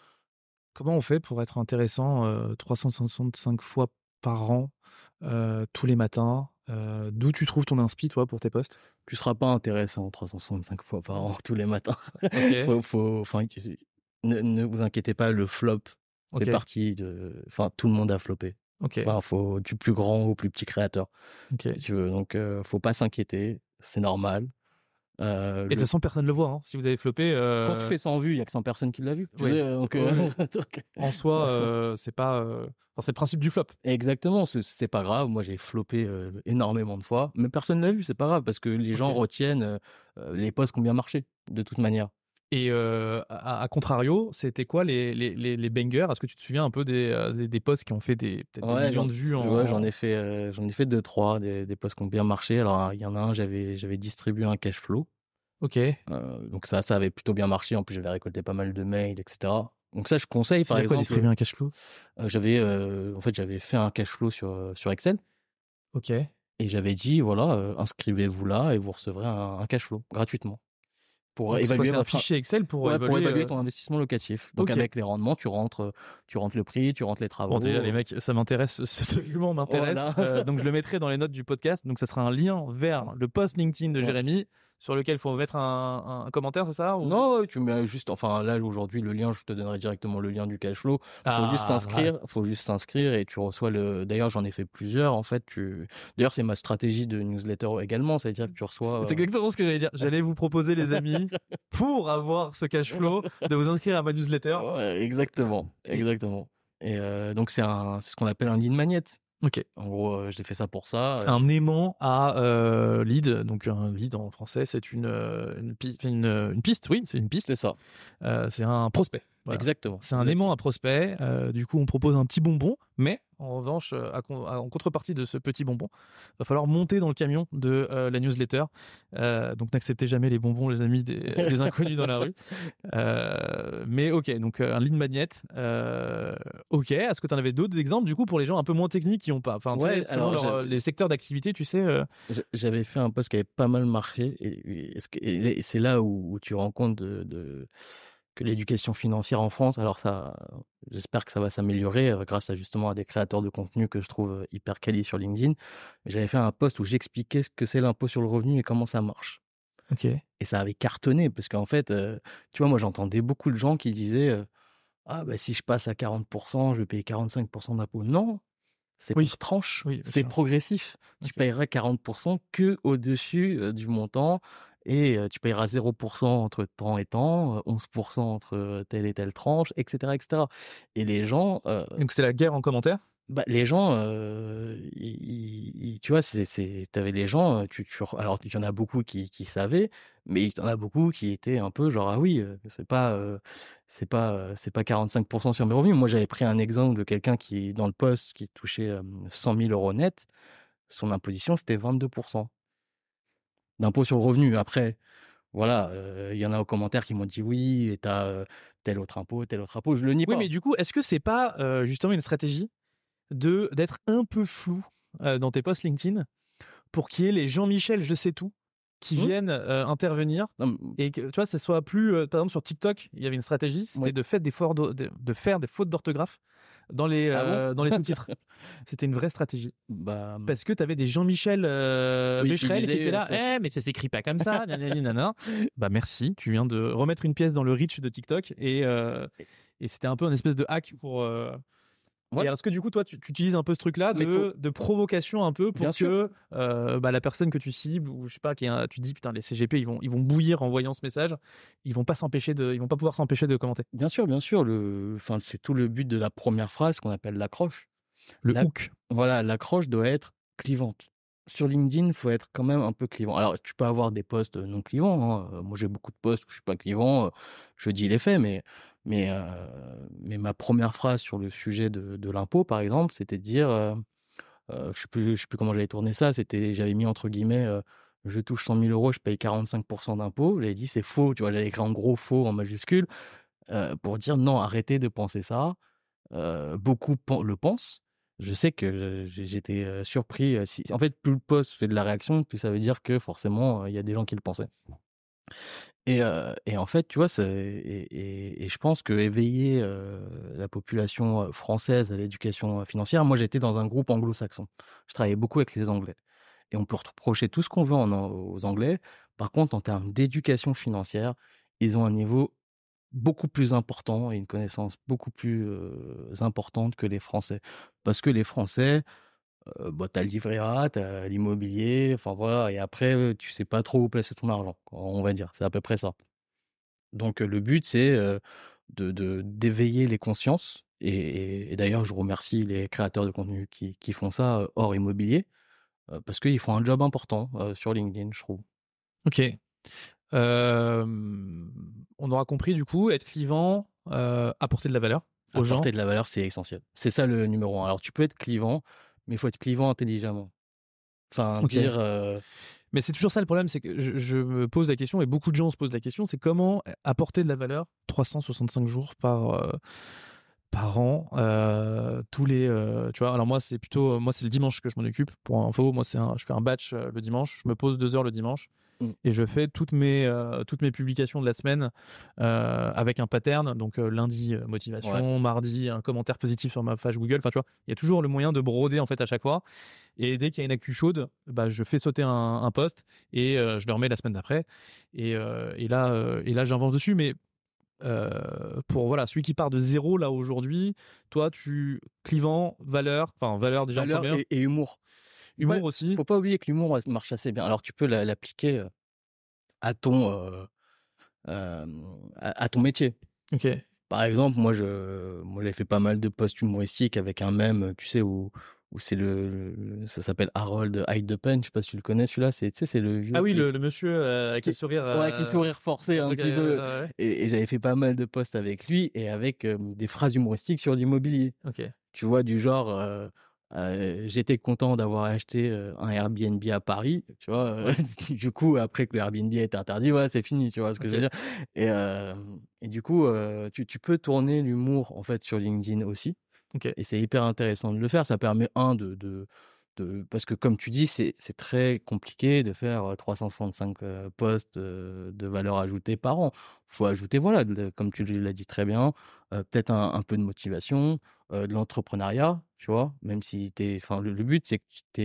comment on fait pour être intéressant euh, trois cent soixante-cinq fois par an, euh, tous les matins? Euh, d'où tu trouves ton inspi, toi, pour tes posts? Tu seras pas intéressant trois cent soixante-cinq fois par an, tous les matins. Ok. faut, faut, enfin, ne, ne vous inquiétez pas, le flop fait Ok. partie de. Enfin, tout le monde a floppé. Ok. Enfin, faut du plus grand au plus petit créateur, Ok. si tu veux. Donc, euh, faut pas s'inquiéter, c'est normal. Euh, Et de le- toute façon, personne ne le voit. Hein. Si vous avez floppé, Quand tu euh, fais cent vues, il y a que cent personnes qui l'ont vu. Tu oui. sais, donc, Oui, euh, oui. donc- en soi, euh, c'est pas. euh, Enfin, c'est le principe du flop. Exactement, c'est- c'est pas grave. Moi, j'ai floppé euh, énormément de fois, mais personne l'a vu. C'est pas grave parce que les gens Ok. retiennent euh, euh, les posts qui ont bien marché, de toute manière. Et euh, à, à contrario, c'était quoi les, les, les, les bangers? Est-ce que tu te souviens un peu des, euh, des, des posts qui ont fait des, peut-être des Ouais, millions j'en de vues en... ouais, j'en ai fait, euh, j'en ai fait deux, trois, des, des posts qui ont bien marché. Alors, il y en a un, j'avais, j'avais distribué un cash flow. Ok. Euh, donc ça, ça avait plutôt bien marché. En plus, j'avais récolté pas mal de mails, et cetera. Donc ça, je conseille, par C'est-à-dire quoi, exemple, distribuer un cash flow? euh, j'avais, euh, en fait, j'avais fait un cash flow sur, euh, sur Excel Ok. et j'avais dit, voilà, euh, inscrivez-vous là et vous recevrez un, un cash flow gratuitement pour Donc, c'est quoi, évaluer c'est un votre, fichier Excel pour ouais, évaluer. pour évaluer euh, ton investissement locatif. Donc Ok. avec les rendements, tu rentres, euh, tu rentres le prix, tu rentres les travaux. Bon, déjà, les mecs, ça m'intéresse, ce document m'intéresse. Voilà. Euh, donc, je le mettrai dans les notes du podcast. Donc, ça sera un lien vers le post LinkedIn de Ouais. Jérémy sur lequel il faut mettre un, un commentaire, c'est ça ou... Non, ouais, tu mets juste, enfin là aujourd'hui le lien, je te donnerai directement le lien du cash flow. Faut Ah, juste s'inscrire, faut juste s'inscrire et tu reçois le. D'ailleurs, j'en ai fait plusieurs en fait. Tu. D'ailleurs, c'est ma stratégie de newsletter également, c'est-à-dire que tu reçois. C'est euh, exactement ce que j'allais dire. J'allais vous proposer, les amis, pour avoir ce cash flow, de vous inscrire à ma newsletter. Ouais, exactement, exactement. Et euh, donc c'est un, c'est ce qu'on appelle un lead magnet. Ok. En gros, euh, j'ai fait ça pour ça. euh, Un aimant à euh, lead. Donc, un lead en français, c'est une, euh, une, pi- une, une piste. Oui, c'est une piste. C'est ça. Euh, c'est un prospect. Voilà. Exactement. C'est un aimant à prospect. Euh, du coup, on propose un petit bonbon, mais en revanche, euh, à con- à- en contrepartie de ce petit bonbon, va falloir monter dans le camion de euh, la newsletter. Euh, donc, n'acceptez jamais les bonbons, les amis, des, des inconnus dans la rue. Euh, mais ok, donc euh, un lead magnet. Euh, ok, est-ce que tu en avais d'autres exemples du coup pour les gens un peu moins techniques qui n'ont pas, enfin, tu Ouais, sais, selon alors, leur, j'ai- euh, les secteurs d'activité, tu sais. euh, J'- J'avais fait un post qui avait pas mal marché et, et ce que- et c'est là où, où tu rends compte de, de- que l'éducation financière en France, alors ça, j'espère que ça va s'améliorer euh, grâce à justement à des créateurs de contenu que je trouve euh, hyper quali sur LinkedIn. J'avais fait un post où j'expliquais ce que c'est l'impôt sur le revenu et comment ça marche. Ok. Et ça avait cartonné parce qu'en fait, euh, tu vois, moi j'entendais beaucoup de gens qui disaient euh, ah bah si je passe à quarante pour cent, je vais payer quarante-cinq pour cent d'impôt. Non, c'est Oui. par tranche, Oui, bien c'est sûr. progressif. Tu Ok. payeras quarante pour cent que au-dessus euh, du montant et euh, tu payeras zéro pour cent entre temps et temps, euh, onze pour cent entre euh, telle et telle tranche, et cetera, et cetera. Et les gens, euh, Donc c'était la guerre en commentaire. bah, les gens, euh, ils- ils- ils- tu vois, c'est, c'est, t'avais des gens, euh, tu, tu, alors il y en a beaucoup qui, qui savaient, mais il y en a beaucoup qui étaient un peu genre ah oui, euh, c'est pas, euh, c'est pas, euh, c'est pas quarante-cinq pour cent sur mes revenus. Moi, j'avais pris un exemple de quelqu'un qui dans le poste qui touchait euh, cent mille euros net, son imposition c'était vingt-deux pour cent d'impôt sur le revenu. Après, voilà, euh, il y en a aux commentaires qui m'ont dit oui, et t'as euh, tel autre impôt, tel autre impôt. Je le nie Oui, pas. mais du coup, est-ce que c'est pas euh, justement une stratégie de d'être un peu flou euh, dans tes posts LinkedIn pour qu'il y ait les Jean-Michel je sais tout qui Mmh. viennent euh, intervenir Non, mais- et que tu vois ça soit plus euh, par exemple sur TikTok il y avait une stratégie c'était Ouais. de faire des fautes d'or- de, de faire des fautes d'orthographe dans les Ah bon euh, dans les sous-titres. C'était une vraie stratégie bah, parce que tu avais des Jean-Michel euh, Oui, qui Becherel qui disaient, étaient là euh, eh mais ça s'écrit pas comme ça nanani, nanana. Bah merci, tu viens de remettre une pièce dans le reach de TikTok et euh, et c'était un peu un espèce de hack pour euh, Ouais. Et alors, est-ce que du coup, toi, tu, tu utilises un peu ce truc-là Mais de, faut- de provocation un peu pour Bien que sûr. euh, bah, la personne que tu cibles ou je sais pas, qui est un- tu dis putain les C G P ils vont ils vont bouillir en voyant ce message, ils vont pas s'empêcher de, ils vont pas pouvoir s'empêcher de commenter. Bien sûr, bien sûr. Le, enfin, c'est tout le but de la première phrase qu'on appelle l'accroche. Le La- hook. Voilà, l'accroche doit être clivante. Sur LinkedIn, il faut être quand même un peu clivant. Alors, tu peux avoir des posts non clivants. Hein. Euh, Moi, j'ai beaucoup de posts où je suis pas clivant. euh, Je dis les faits, mais, mais, euh, mais ma première phrase sur le sujet de, de l'impôt, par exemple, c'était de dire, euh, euh, je sais plus, je sais plus comment j'avais tourné ça. C'était, j'avais mis entre guillemets, euh, je touche cent mille euros, je paye quarante-cinq pour cent d'impôt. J'avais dit c'est faux. Tu vois, j'avais écrit en gros faux en majuscule euh, pour dire non, arrêtez de penser ça. Euh, beaucoup pen- le pensent. Je sais que je- j'étais euh, surpris. euh, si- En fait, plus le post fait de la réaction, plus ça veut dire que forcément, euh, il y a des gens qui le pensaient. Et, euh, et en fait, tu vois, c'est- et, et- et je pense que éveiller euh, la population euh, française à l'éducation euh, financière, moi j'étais dans un groupe anglo-saxon. Je travaillais beaucoup avec les Anglais. Et on peut reprocher tout ce qu'on veut en- aux Anglais. Par contre, en termes d'éducation financière, ils ont un niveau beaucoup plus important et une connaissance beaucoup plus euh, importante que les Français. Parce que les Français, euh, bah, tu as le livret A, tu as l'immobilier, enfin voilà, et après, euh, tu sais pas trop où placer ton argent, quoi, on va dire. C'est à peu près ça. Donc, euh, le but, c'est euh, de, de- d'éveiller les consciences. Et, et- et d'ailleurs, je remercie les créateurs de contenu qui, qui font ça euh, hors immobilier, euh, parce qu'ils font un job important euh, sur LinkedIn, je trouve. Ok. Euh, on aura compris du coup être clivant, euh, apporter de la valeur aux gens. Apporter de la valeur, c'est essentiel. C'est ça le numéro un. Alors, tu peux être clivant, mais il faut être clivant intelligemment. Enfin, Ok. dire... euh, Mais c'est toujours ça le problème, c'est que je, je me pose la question, et beaucoup de gens se posent la question, c'est comment apporter de la valeur trois cent soixante-cinq jours par, euh, par an, euh, tous les, euh, tu vois. Alors moi, c'est plutôt, moi c'est le dimanche que je m'en occupe. Pour info, moi c'est un, je fais un batch euh, le dimanche, je me pose deux heures le dimanche. Mm. Et je fais toutes mes, euh, toutes mes publications de la semaine euh, avec un pattern. Donc euh, lundi, euh, motivation, Ouais. mardi, un commentaire positif sur ma page Google. Enfin, tu vois, il y a toujours le moyen de broder en fait à chaque fois. Et dès qu'il y a une actu chaude, bah, je fais sauter un, un post et euh, je le remets la semaine d'après. Et, euh, et là, euh, et là j'avance dessus. Mais euh, pour voilà, celui qui part de zéro là aujourd'hui, toi, tu clivant, valeur, enfin valeur déjà en Valeur première, et, et humour. humour Ouais, aussi. faut pas oublier que l'humour ouais, marche assez bien. Alors tu peux la- l'appliquer euh, à ton euh, euh, à, à ton métier. Ok. Par exemple, moi je moi j'ai fait pas mal de posts humoristiques avec un mème, tu sais où où c'est le, le- ça s'appelle Harold Hyde the Pen, je sais pas si tu le connais celui-là, c'est tu sais c'est le vieux Ah oui, qui le, le monsieur euh, avec qui- le sourire. ouais, avec les euh, sourires forcés un ok, petit peu. euh, ouais. Et, et j'avais fait pas mal de posts avec lui et avec euh, des phrases humoristiques sur l'immobilier. Ok. Tu vois, du genre, euh, euh, j'étais content d'avoir acheté euh, un Airbnb à Paris, tu vois. euh, Ouais. du coup, après que le Airbnb a été interdit, ouais, c'est fini, tu vois ce que Ok. je veux dire. Et, euh, et du coup, euh, tu, tu peux tourner l'humour, en fait, sur LinkedIn aussi. Ok. Et c'est hyper intéressant de le faire. Ça permet, un, de... de de, parce que comme tu dis, c'est c'est très compliqué de faire euh, trois cent soixante-cinq euh, posts euh, de valeur ajoutée par an. Faut ajouter, voilà, de- comme tu l'as dit très bien, euh, peut-être un, un peu de motivation, euh, de l'entrepreneuriat, tu vois, même si t'es, enfin, le, le but, c'est que tu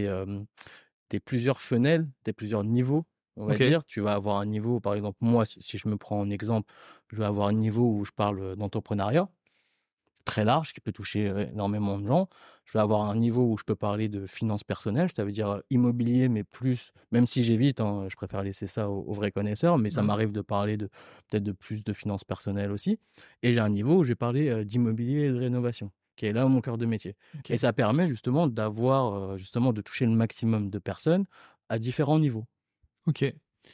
es plusieurs fenêtres, tu plusieurs niveaux, on va Ok. dire. Tu vas avoir un niveau, par exemple, moi, si, si je me prends en exemple, je vais avoir un niveau où je parle euh, d'entrepreneuriat, très large, qui peut toucher euh, énormément de gens. Je vais avoir un niveau où je peux parler de finances personnelles, ça veut dire euh, immobilier, mais plus, même si j'évite, hein, je préfère laisser ça aux, aux vrais connaisseurs, mais ça Ouais. m'arrive de parler de peut-être de plus de finances personnelles aussi. Et j'ai un niveau où je vais parler euh, d'immobilier et de rénovation, qui est là mon cœur de métier. Ok. Et ça permet justement d'avoir, euh, justement, de toucher le maximum de personnes à différents niveaux. Ok.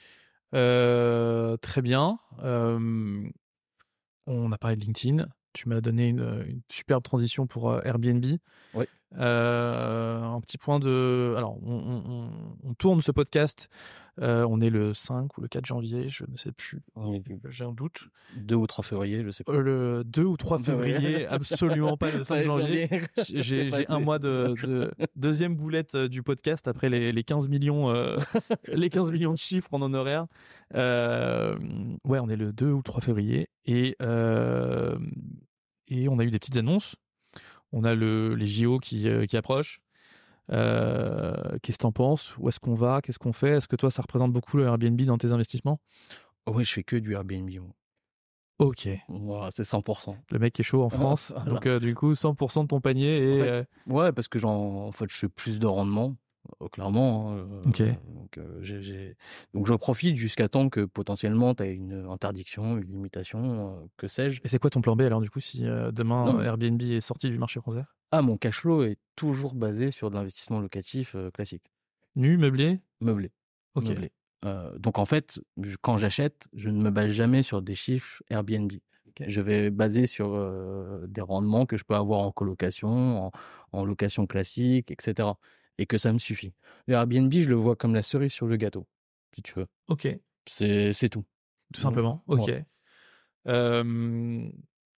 Euh, très bien. Euh, on a parlé de LinkedIn. Tu m'as donné une, une superbe transition pour euh, Airbnb. Oui. Euh, un petit point de. Alors, on, on- on- on tourne ce podcast. Euh, on est le cinq ou le quatre janvier, je ne sais plus. On est du J'ai un doute. deux ou trois février, je sais pas. Euh, le deux ou trois Bah ouais. février, absolument pas le cinq Pas janvier. janvier. J'ai C'est j'ai un passé. mois de, de deuxième boulette euh, du podcast après les, les quinze millions, euh, les quinze millions de chiffres en honoraires. Euh, ouais, on est le deux ou trois février et euh, et on a eu des petites annonces. On a le les J O qui euh, qui approchent. Euh, Qu'est-ce que t'en penses? Où est-ce qu'on va? Qu'est-ce qu'on fait? Est-ce que toi, ça représente beaucoup le Airbnb dans tes investissements? Oui, je fais que du Airbnb, moi. Ok. Voilà, c'est cent pour cent. Le mec est chaud en France, Voilà. donc euh, du coup cent pour cent de ton panier et En fait, euh, ouais, parce que j'en, en fait, je fais plus de rendement, euh, clairement. hein, euh, ok. donc, euh, j'ai, j'ai- donc, j'en profite jusqu'à temps que potentiellement tu as une interdiction, une limitation, euh, que sais-je. Et c'est quoi ton plan B alors du coup si euh, demain Non, euh, mais- Airbnb est sorti du marché français? Ah, mon cash flow est toujours basé sur de l'investissement locatif euh, classique, Nu, meublé? meublé. Ok. meublé. Euh, donc en fait, je- quand j'achète, je ne me base jamais sur des chiffres Airbnb. Ok. Je vais baser sur euh, des rendements que je peux avoir en colocation, en, en location classique, et cetera. Et que ça me suffit. Le Airbnb, je le vois comme la cerise sur le gâteau, si tu veux. Ok. C'est, c'est tout. Tout simplement. Ok. Ouais. Euh,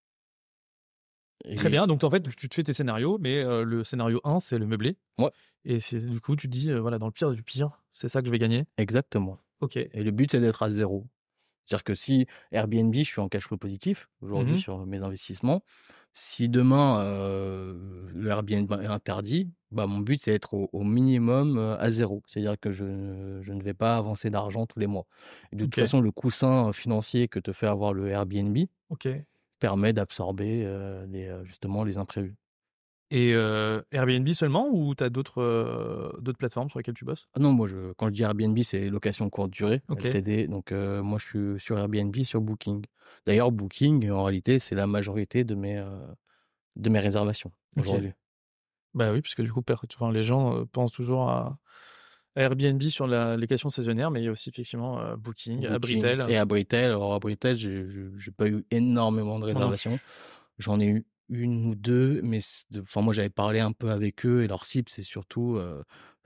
Et- Très bien. Donc en fait tu te fais tes scénarios, mais euh, le scénario un c'est le meublé. Ouais. Et c'est du coup tu te dis euh, voilà dans le pire du pire c'est ça que je vais gagner. Exactement. Ok. Et le but, c'est d'être à zéro. C'est-à-dire que si Airbnb, je suis en cash flow positif aujourd'hui Mhm. sur mes investissements, si demain euh, le Airbnb est interdit, bah, mon but c'est d'être au, au minimum euh, à zéro. C'est-à-dire que je, ne- je ne vais pas avancer d'argent tous les mois. Et de toute Ok. façon, le coussin financier que te fait avoir le Airbnb Ok. permet d'absorber euh, les, euh, justement les imprévus. Et euh, Airbnb seulement ou t'as d'autres euh, d'autres plateformes sur lesquelles tu bosses? Ah non, moi, je, quand je dis Airbnb, c'est location courte durée, Ok. L C D. Donc, euh, moi, je suis sur Airbnb, sur Booking. D'ailleurs, Booking, en réalité, c'est la majorité de mes, euh, de mes réservations Ok. aujourd'hui. Bah oui, parce que du coup, per- enfin, les gens euh, pensent toujours à à Airbnb sur la location saisonnière, mais il y a aussi effectivement euh, Booking, Booking Abritel. et à Britel. Alors, à Britel, j'ai j'ai- j'ai pas eu énormément de non réservations. J'en ai eu une ou deux, mais c'est- enfin, moi, j'avais parlé un peu avec eux et leur cible, c'est surtout euh,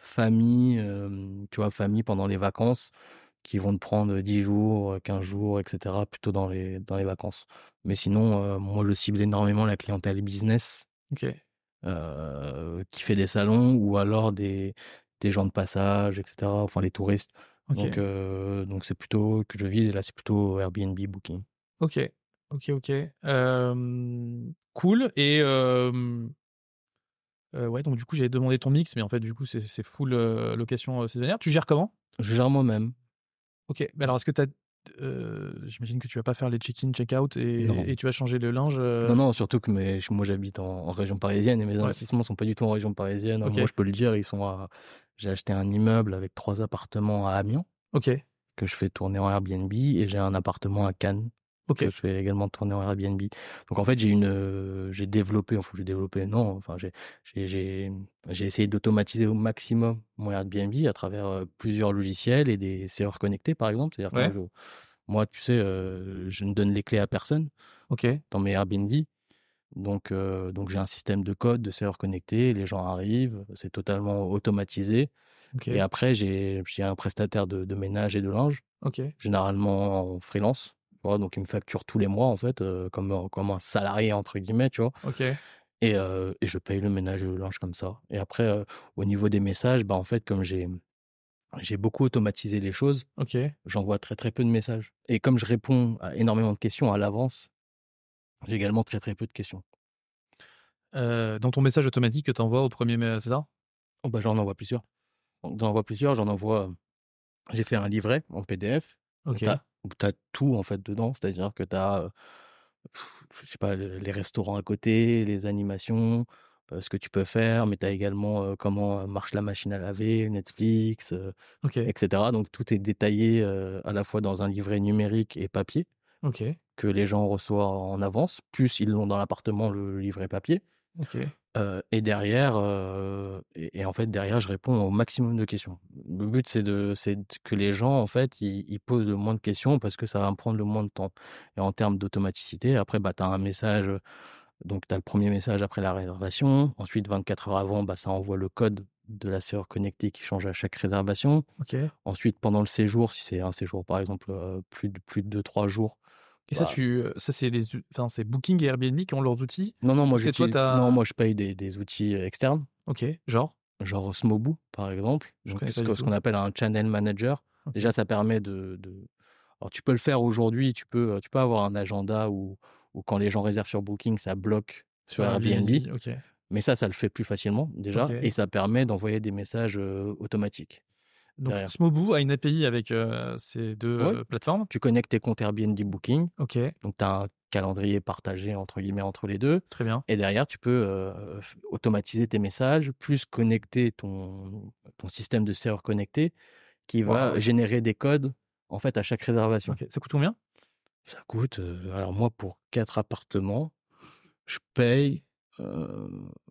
famille, euh, tu vois, famille pendant les vacances, qui vont te prendre dix jours, quinze jours, et cetera, plutôt dans les, dans les vacances. Mais sinon, euh, moi, je cible énormément la clientèle business, Ok. euh, qui fait des salons ou alors des, des gens de passage, et cetera, enfin les touristes. Ok. Donc, euh, donc c'est plutôt que je vise, et là, c'est plutôt Airbnb, Booking. Ok. Ok. Ok. Euh, cool. Et euh, euh, ouais, donc du coup, j'avais demandé ton mix, mais en fait, du coup, c'est c'est full euh, location euh, saisonnière. Tu gères comment? Je gère moi-même. Ok. Mais alors, est-ce que tu as. J'imagine que tu vas pas faire les check-in, check-out Non. et, et tu vas changer le linge. euh, Non, non, surtout que mes, moi j'habite en, en région parisienne et mes Ouais. investissements sont pas du tout en région parisienne. Ok. Moi je peux le dire, ils sont à... J'ai acheté un immeuble avec trois appartements à Amiens Ok. que je fais tourner en Airbnb et j'ai un appartement à Cannes Ok. que je fais également tourner en Airbnb. Donc en fait j'ai une, euh, j'ai développé, enfin j'ai développé, non, enfin j'ai, j'ai, j'ai, j'ai essayé d'automatiser au maximum mon Airbnb à travers euh, plusieurs logiciels et des serveurs connectés par exemple. C'est-à-dire que Ouais. moi, je, moi tu sais, euh, je ne donne les clés à personne Ok. dans mes Airbnb. Donc, euh, donc j'ai un système de code, de serveurs connectés, les gens arrivent, c'est totalement automatisé. Ok. Et après, j'ai, j'ai un prestataire de, de ménage et de linge, Ok. généralement en freelance. Voilà, donc il me facture tous les mois, en fait, euh, comme, comme un salarié, entre guillemets, tu vois. Ok. Et, euh, et je paye le ménage et le linge comme ça. Et après, euh, au niveau des messages, bah, en fait, comme j'ai, j'ai beaucoup automatisé les choses, Ok. j'envoie très très peu de messages. Et comme je réponds à énormément de questions à l'avance, j'ai également très très peu de questions. Euh, dans ton message automatique que tu envoies au premier, mai- c'est ça? Oh, bah, j'en envoie plusieurs. J'en envoie plusieurs, j'en envoie. J'ai fait un livret en P D F où Ok. tu as tout en fait dedans, c'est-à-dire que tu as, je sais pas, le- les restaurants à côté, les animations, euh, ce que tu peux faire, mais tu as également euh, comment marche la machine à laver, Netflix, euh, Ok. et cetera. Donc tout est détaillé euh, à la fois dans un livret numérique et papier Ok. que les gens reçoivent en avance, plus ils l'ont dans l'appartement le livret papier. Ok. Euh, et derrière, euh, et, et en fait derrière, je réponds au maximum de questions. Le but c'est de, c'est de- que les gens en fait ils, ils posent le moins de questions parce que ça va me prendre le moins de temps. Et en termes d'automaticité, après bah t'as un message, donc t'as le premier message après la réservation. Ensuite vingt-quatre heures avant, bah ça envoie le code de la serrure connectée qui change à chaque réservation. Ok. Ensuite pendant le séjour, si c'est un séjour par exemple euh, plus de plus de deux trois jours, Et ça, bah tu, euh, ça c'est les, u- enfin, c'est Booking et Airbnb qui ont leurs outils. non non Ou moi c'est toi, j'utilise, non t'as. moi je paye des, des outils euh, externes. Ok. Genre. Genre Smobu, par exemple. Je Donc, connais ce pas du que- ce tout. qu'on appelle un channel manager. Ok. Déjà, ça permet de, de- Alors, tu peux le faire aujourd'hui. Tu peux, tu peux avoir un agenda où, où quand les gens réservent sur Booking, ça bloque sur Sur Airbnb. Airbnb. Ok. Mais ça, ça le fait plus facilement, déjà. Ok. Et ça permet d'envoyer des messages euh, automatiques Donc derrière. Smobu a une A P I avec euh, ces deux Ouais. euh, plateformes. Tu connectes tes comptes Airbnb Booking. Ok. Donc, tu as un calendrier partagé, entre guillemets, entre les deux. Très bien. Et derrière, tu peux euh, f- automatiser tes messages, plus connecter ton, ton système de serveur connecté qui va Waouh. générer des codes en fait à chaque réservation. Ok. Ça coûte combien? Ça coûte, euh, alors moi pour quatre appartements, je paye, euh,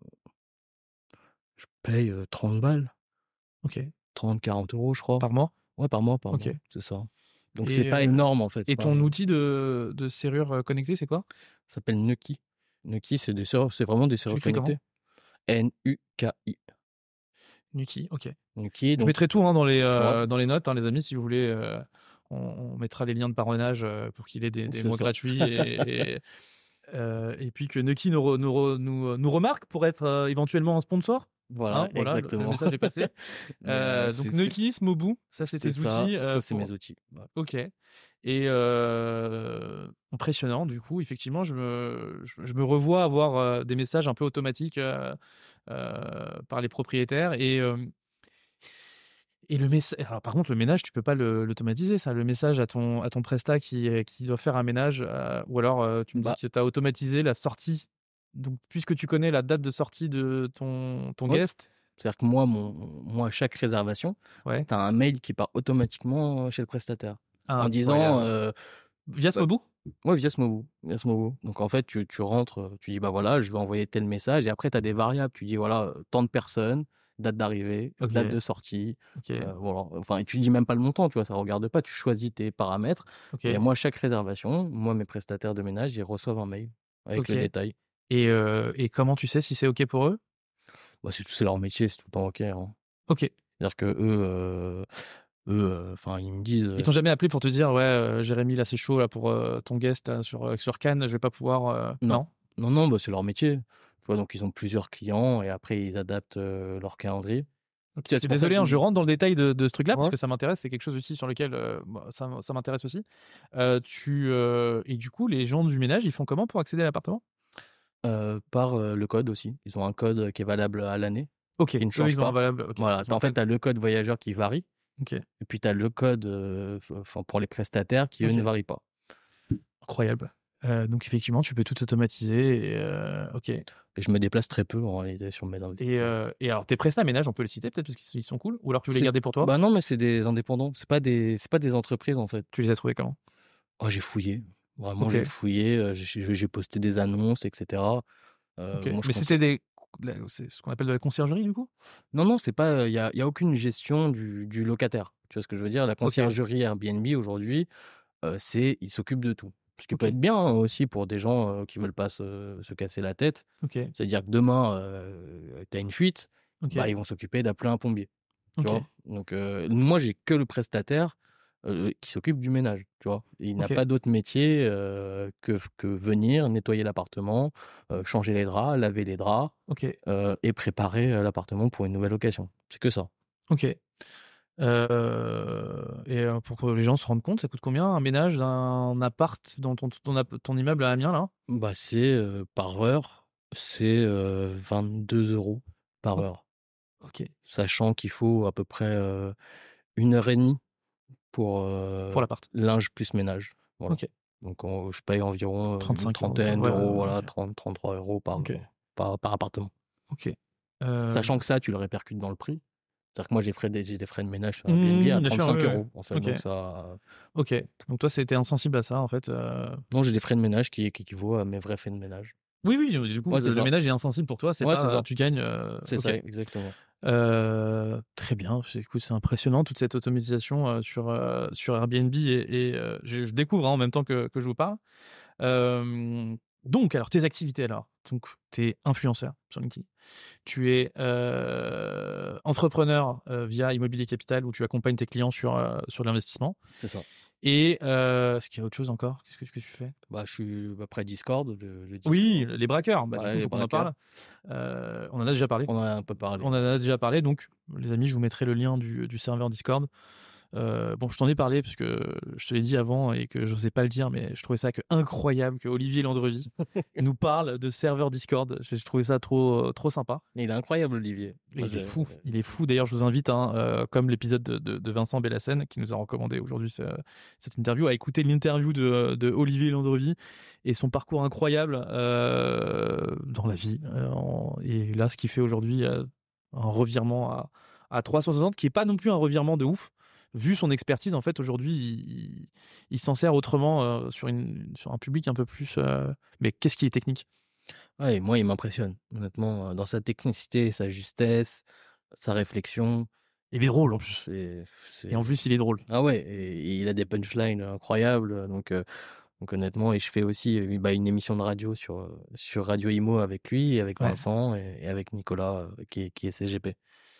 je paye euh, trente balles, Ok. trente quarante euros je crois. Par mois? Ouais, par mois, par Ok. mois, c'est ça. Donc c'est Et, pas euh, énorme en fait. et c'est pas- ton outil de, de serrure euh, connectée, c'est quoi? Ça s'appelle Nuki. Nuki, c'est des serveurs, c'est vraiment des Tu serveurs l'écris comment? connectés. N U K I. Nuki. Ok. Nuki, Je donc mettrai tout hein, dans, les, ouais, euh, dans les notes, hein, les amis, si vous voulez. euh, on, on mettra les liens de parrainage euh, pour qu'il ait des, des c'est mois ça. gratuits. Et, et, euh, et puis que Nuki nous, re- nous, re- nous, nous remarque pour être euh, éventuellement un sponsor. Voilà, Hein, voilà, le, le exactement. message est passé. Mais, Euh, euh, donc c'est c'est- Nuki, Smobu, ça c'est c'est tes ça, outils. euh, ça c'est pour... mes outils. Ouais. Ok. Et euh, impressionnant, du coup, effectivement, je me, je, je me revois avoir euh, des messages un peu automatiques euh, euh, par les propriétaires. Et, euh, et le message. Alors, par contre, le ménage, tu peux pas le- l'automatiser, ça. Le message à ton, à ton prestat qui, euh, qui doit faire un ménage. euh, ou alors, euh, tu me dis Bah que tu as automatisé la sortie. Donc, puisque tu connais la date de sortie de ton, ton ouais. guest. C'est-à-dire que moi, mon, moi, chaque réservation, Ouais. tu as un mail qui part automatiquement chez le prestataire. En disant, Incroyable. euh, Via bah, Smobu? ouais, via Smobu, via Smobu. Donc en fait, tu, tu rentres, euh, tu dis, bah voilà, je vais envoyer tel message. Et après, tu as des variables. Tu dis, voilà, euh, tant de personnes, date d'arrivée, Ok. date de sortie. Ok. euh, voilà. Enfin, et tu dis même pas le montant, tu vois, ça regarde pas. Tu choisis tes paramètres. Ok. Et moi, chaque réservation, moi, mes prestataires de ménage, ils reçoivent un mail avec Ok. le détail. Et, euh, et comment tu sais si c'est OK pour eux? Bah, c'est c'est leur métier, c'est tout le temps OK. Hein. OK. C'est-à-dire que eux, euh, eux, enfin, ils me disent. Ils t'ont jamais appelé pour te dire, ouais, euh, Jérémy, là, c'est chaud là pour euh, ton guest là, sur euh, sur Cannes, je vais pas pouvoir. euh, Non, non, non, bah, c'est leur métier. Tu vois, donc ils ont plusieurs clients et après ils adaptent euh, leur calendrier. Ok. C'est pour ça Désolé, que hein, je- je rentre dans le détail de, de ce truc-là parce Ouais. que ça m'intéresse. C'est quelque chose aussi sur lequel euh, bah, ça, ça m'intéresse aussi. Euh, tu euh, et du coup, les gens du ménage, ils font comment pour accéder à l'appartement? Euh, par euh, le code aussi. Ils ont un code qui est valable à l'année, Ok. qui ne Eux, change ils ont un pas. valable. Ok. Voilà. Ils ont En un fait, code. tu as le code voyageur qui varie. Ok. Et puis tu as le code euh, f- enfin, pour les prestataires qui, eux, Ok. ne varient pas. Incroyable. Euh, donc effectivement, tu peux tout automatiser. Et, euh, ok. Et, Et je me déplace très peu en réalité sur mes investissements. euh, et alors, tes prestats ménage, on peut les citer peut-être parce qu'ils ils sont cool. Ou alors tu veux les C'est- garder pour toi? Bah non, mais c'est des indépendants. C'est pas des, c'est pas des entreprises en fait. Tu les as trouvés comment? Oh, j'ai fouillé. Vraiment, Ok. j'ai fouillé. euh, J'ai j'ai posté des annonces, et cetera. Euh, Ok. moi, je Mais cons- c'était des, la- c'est ce qu'on appelle de la conciergerie du coup? Non, non, c'est pas. Il y a, y a aucune gestion du, du locataire. Tu vois ce que je veux dire? La conciergerie Airbnb aujourd'hui, euh, c'est ils s'occupent de tout. Ce qui peut Ok. être bien hein, aussi pour des gens euh, qui veulent pas se, se casser la tête. Ok. C'est-à-dire que demain, tu as une fuite, Ok. bah, ils vont s'occuper d'appeler un plombier. Tu Ok. vois? Donc, euh, moi, j'ai que le prestataire euh, qui s'occupe du ménage. Tu vois? Il n'a Ok. pas d'autre métier euh, que, que venir nettoyer l'appartement, euh, changer les draps, laver les draps Ok. euh, et préparer euh, l'appartement pour une nouvelle location. C'est que ça. Ok. Euh, et euh, pour que les gens se rendent compte, ça coûte combien un ménage d'un appart dans ton, ton, app- ton immeuble à Amiens là? Bah, c'est euh, par heure, c'est euh, vingt-deux euros par Ok. heure. Ok. Sachant qu'il faut à peu près euh, une heure et demie pour euh, Pour l'appart. linge plus ménage. Voilà. Ok. Donc on- je paye environ euh, une trente-cinq euros. trentaine Ouais, d'euros, ouais, voilà, ok. trente, trente-trois euros par, Ok. par, par appartement. Ok. Euh, Sachant que ça, tu le répercutes dans le prix. C'est-à-dire que moi, j'ai, frais des, j'ai des frais de ménage sur mmh, Airbnb à bien sûr, trente-cinq ouais, ouais. euros. En fait, Ok. donc ça... Ok. Donc toi, c'était insensible à ça en fait. euh. Non, j'ai des frais de ménage qui, qui équivaut à mes vrais frais de ménage. Oui, oui. Du coup, Ouais, c'est le ça. ménage est insensible pour toi. C'est Ouais, pas c'est ça. euh, tu gagnes. euh, C'est ok. ça, exactement. Euh, très bien. C'est- Écoute, c'est impressionnant toute cette automatisation euh, sur euh, sur Airbnb et, et, euh, je, je découvre hein, en même temps que, que je vous parle. Euh, donc, alors tes activités alors. Donc, tu es influenceur sur LinkedIn. Tu es euh, entrepreneur euh, via Immobilier Capital où tu accompagnes tes clients sur euh, sur l'investissement. C'est ça. Et euh, est-ce qu'il y a autre chose encore? Qu'est-ce que, que tu fais? Bah, je suis après Discord. Le, le Oui, Discord. les braqueurs. Bah, Ouais, du coup, les faut qu'on en braqueurs. parle. Euh, on en a déjà parlé. On en a un peu parlé. On en a déjà parlé, donc les amis, je vous mettrai le lien du, du serveur Discord. Euh, bon, je t'en ai parlé parce que je te l'ai dit avant et que je n'osais pas le dire, mais je trouvais ça que incroyable que Olivier Landrevi nous parle de serveur Discord. J'ai j'ai trouvé ça trop, trop sympa. Il est incroyable, Olivier. Et Moi, il est je- fou, il est fou. D'ailleurs, je vous invite, hein, euh, comme l'épisode de, de, de Vincent Bellassène, qui nous a recommandé aujourd'hui ce- cette interview, à écouter l'interview de, de Olivier Landrevi et son parcours incroyable euh, dans la vie. Euh, en- et là, ce qu'il fait aujourd'hui, euh, un revirement à, à trois cent soixante, qui est pas non plus un revirement de ouf. Vu son expertise, en fait, aujourd'hui, il, il s'en sert autrement euh, sur, une, sur un public un peu plus. euh, Mais qu'est-ce qui est technique? Ouais, et moi, il m'impressionne, honnêtement, euh, dans sa technicité, sa justesse, sa réflexion. Il est drôle en plus. C'est, c'est... Et en plus, il est drôle. Ah ouais, et, et il a des punchlines incroyables. Donc, euh, donc honnêtement, et je fais aussi euh, bah, une émission de radio sur, euh, sur Radio Imo avec lui, avec Ouais. Vincent et, et avec Nicolas, euh, qui, est- qui est C G P.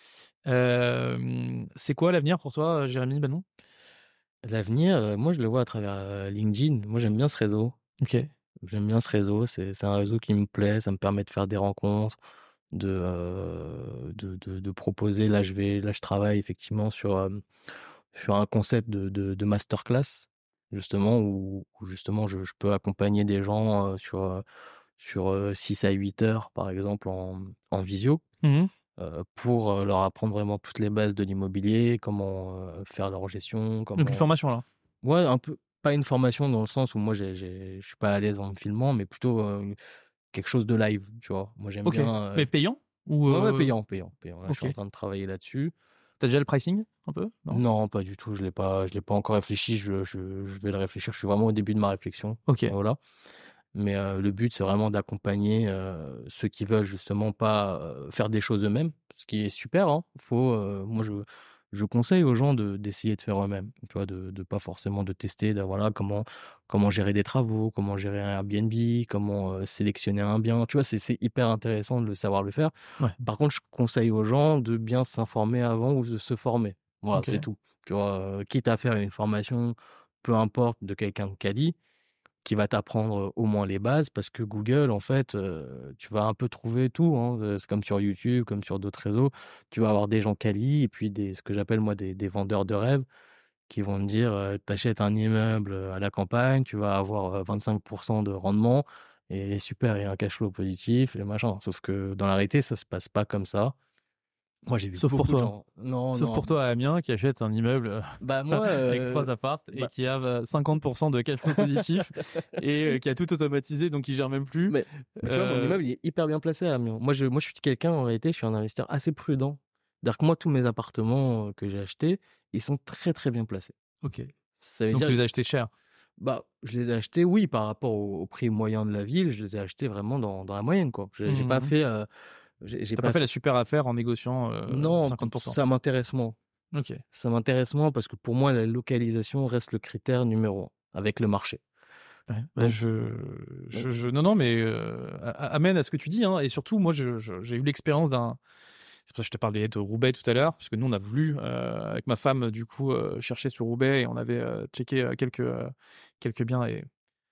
Euh, c'est quoi l'avenir pour toi, Jérémy Banon? L'avenir, euh, moi, je le vois à travers euh, LinkedIn. Moi, j'aime bien ce réseau. Ok. J'aime bien ce réseau. C'est, c'est un réseau qui me plaît. Ça me permet de faire des rencontres, de, euh, de, de, de proposer. Là, je vais, là, je travaille effectivement sur, euh, sur un concept de, de, de masterclass, justement, où, où justement je, je peux accompagner des gens euh, sur, euh, sur euh, six à huit heures, par exemple, en, en visio, Mhm. euh, pour euh, leur apprendre vraiment toutes les bases de l'immobilier, comment euh, faire leur gestion, comment... Donc une formation là. Ouais, un peu, pas une formation dans le sens où moi, j'ai, j'ai, je suis pas à l'aise en me filmant, mais plutôt euh, une- quelque chose de live, tu vois. Moi, j'aime Ok. bien... euh, Mais payant ou Ouais, ouais, euh, payant, payant, payant. Là, je suis en ok. train de travailler là-dessus. T'as déjà le pricing un peu? Non. Non, pas du tout. Je l'ai pas, je l'ai pas encore réfléchi. Je, je, je vais le réfléchir. Je suis vraiment au début de ma réflexion. Ok. Voilà. Mais euh, le but, c'est vraiment d'accompagner euh, ceux qui veulent justement pas euh, faire des choses eux-mêmes, ce qui est super. Hein. Faut, euh, moi, je, je conseille aux gens de d'essayer de faire eux-mêmes, tu vois? De de pas forcément de tester, de voilà, comment comment gérer des travaux, comment gérer un Airbnb, comment, heu, sélectionner un bien, tu vois? C'est c'est hyper intéressant de le savoir le faire. Ouais. Par contre, je conseille aux gens de bien s'informer avant ou de se former. Voilà, c'est OK. tout. Tu vois? Heu, quitte à faire une formation, peu importe, de quelqu'un de quali, qui va t'apprendre au moins les bases parce que Google, en fait, heu, tu vas un peu trouver tout, hein, heu, c'est comme sur YouTube, comme sur d'autres réseaux. Tu vas avoir des gens quali et puis des ce que j'appelle moi des des vendeurs de rêves qui vont te dire, heu: «Tu un immeuble, à la campagne, tu vas avoir, heu, vingt-cinq de rendement et super, il y a un cash flow positif et machin». Sauf que dans la réalité, ça se passe pas comme ça. Moi, j'ai vu Sauf pour beaucoup de toi. gens non, Sauf non, pour toi à Amiens qui achète un immeuble euh, bah, moi, avec heu, trois appartes et bah qui a euh, cinquante pour cent de cash flow positif et euh, qui a tout automatisé donc qui gère même plus. Mais mais tu vois, mon Euh, immeuble, il est hyper bien placé à Amiens. Moi, je moi, je suis quelqu'un, en réalité, je suis un investisseur assez prudent. C'est-à-dire que moi, tous mes appartements, heu, que j'ai achetés, ils sont très, très bien placés. ok. Ça veut Donc dire tu les as achetés cher. bah, je les ai achetés, oui, par rapport au au prix moyen de la ville, je les ai achetés vraiment dans dans la moyenne, quoi. J'ai j'ai pas Mhm. fait, heu, j'ai j'ai T'as pas pas fait la fait super affaire en négociant euh, non, cinquante pour cent. ça m'intéresse moins. Ok. Ça m'intéresse moins parce que pour moi, la localisation reste le critère numéro un avec le marché. Ouais. Bah, Donc je, donc je, je- non, non, mais euh, a- a- amène à ce que tu dis. Hein, et surtout, moi, je- je- j'ai eu l'expérience d'un. C'est pour ça que je te parlais de Roubaix tout à l'heure, parce que nous, on a voulu, euh, avec ma femme, du coup, euh, chercher sur Roubaix et on avait euh, checké euh, quelques, euh, quelques biens. Et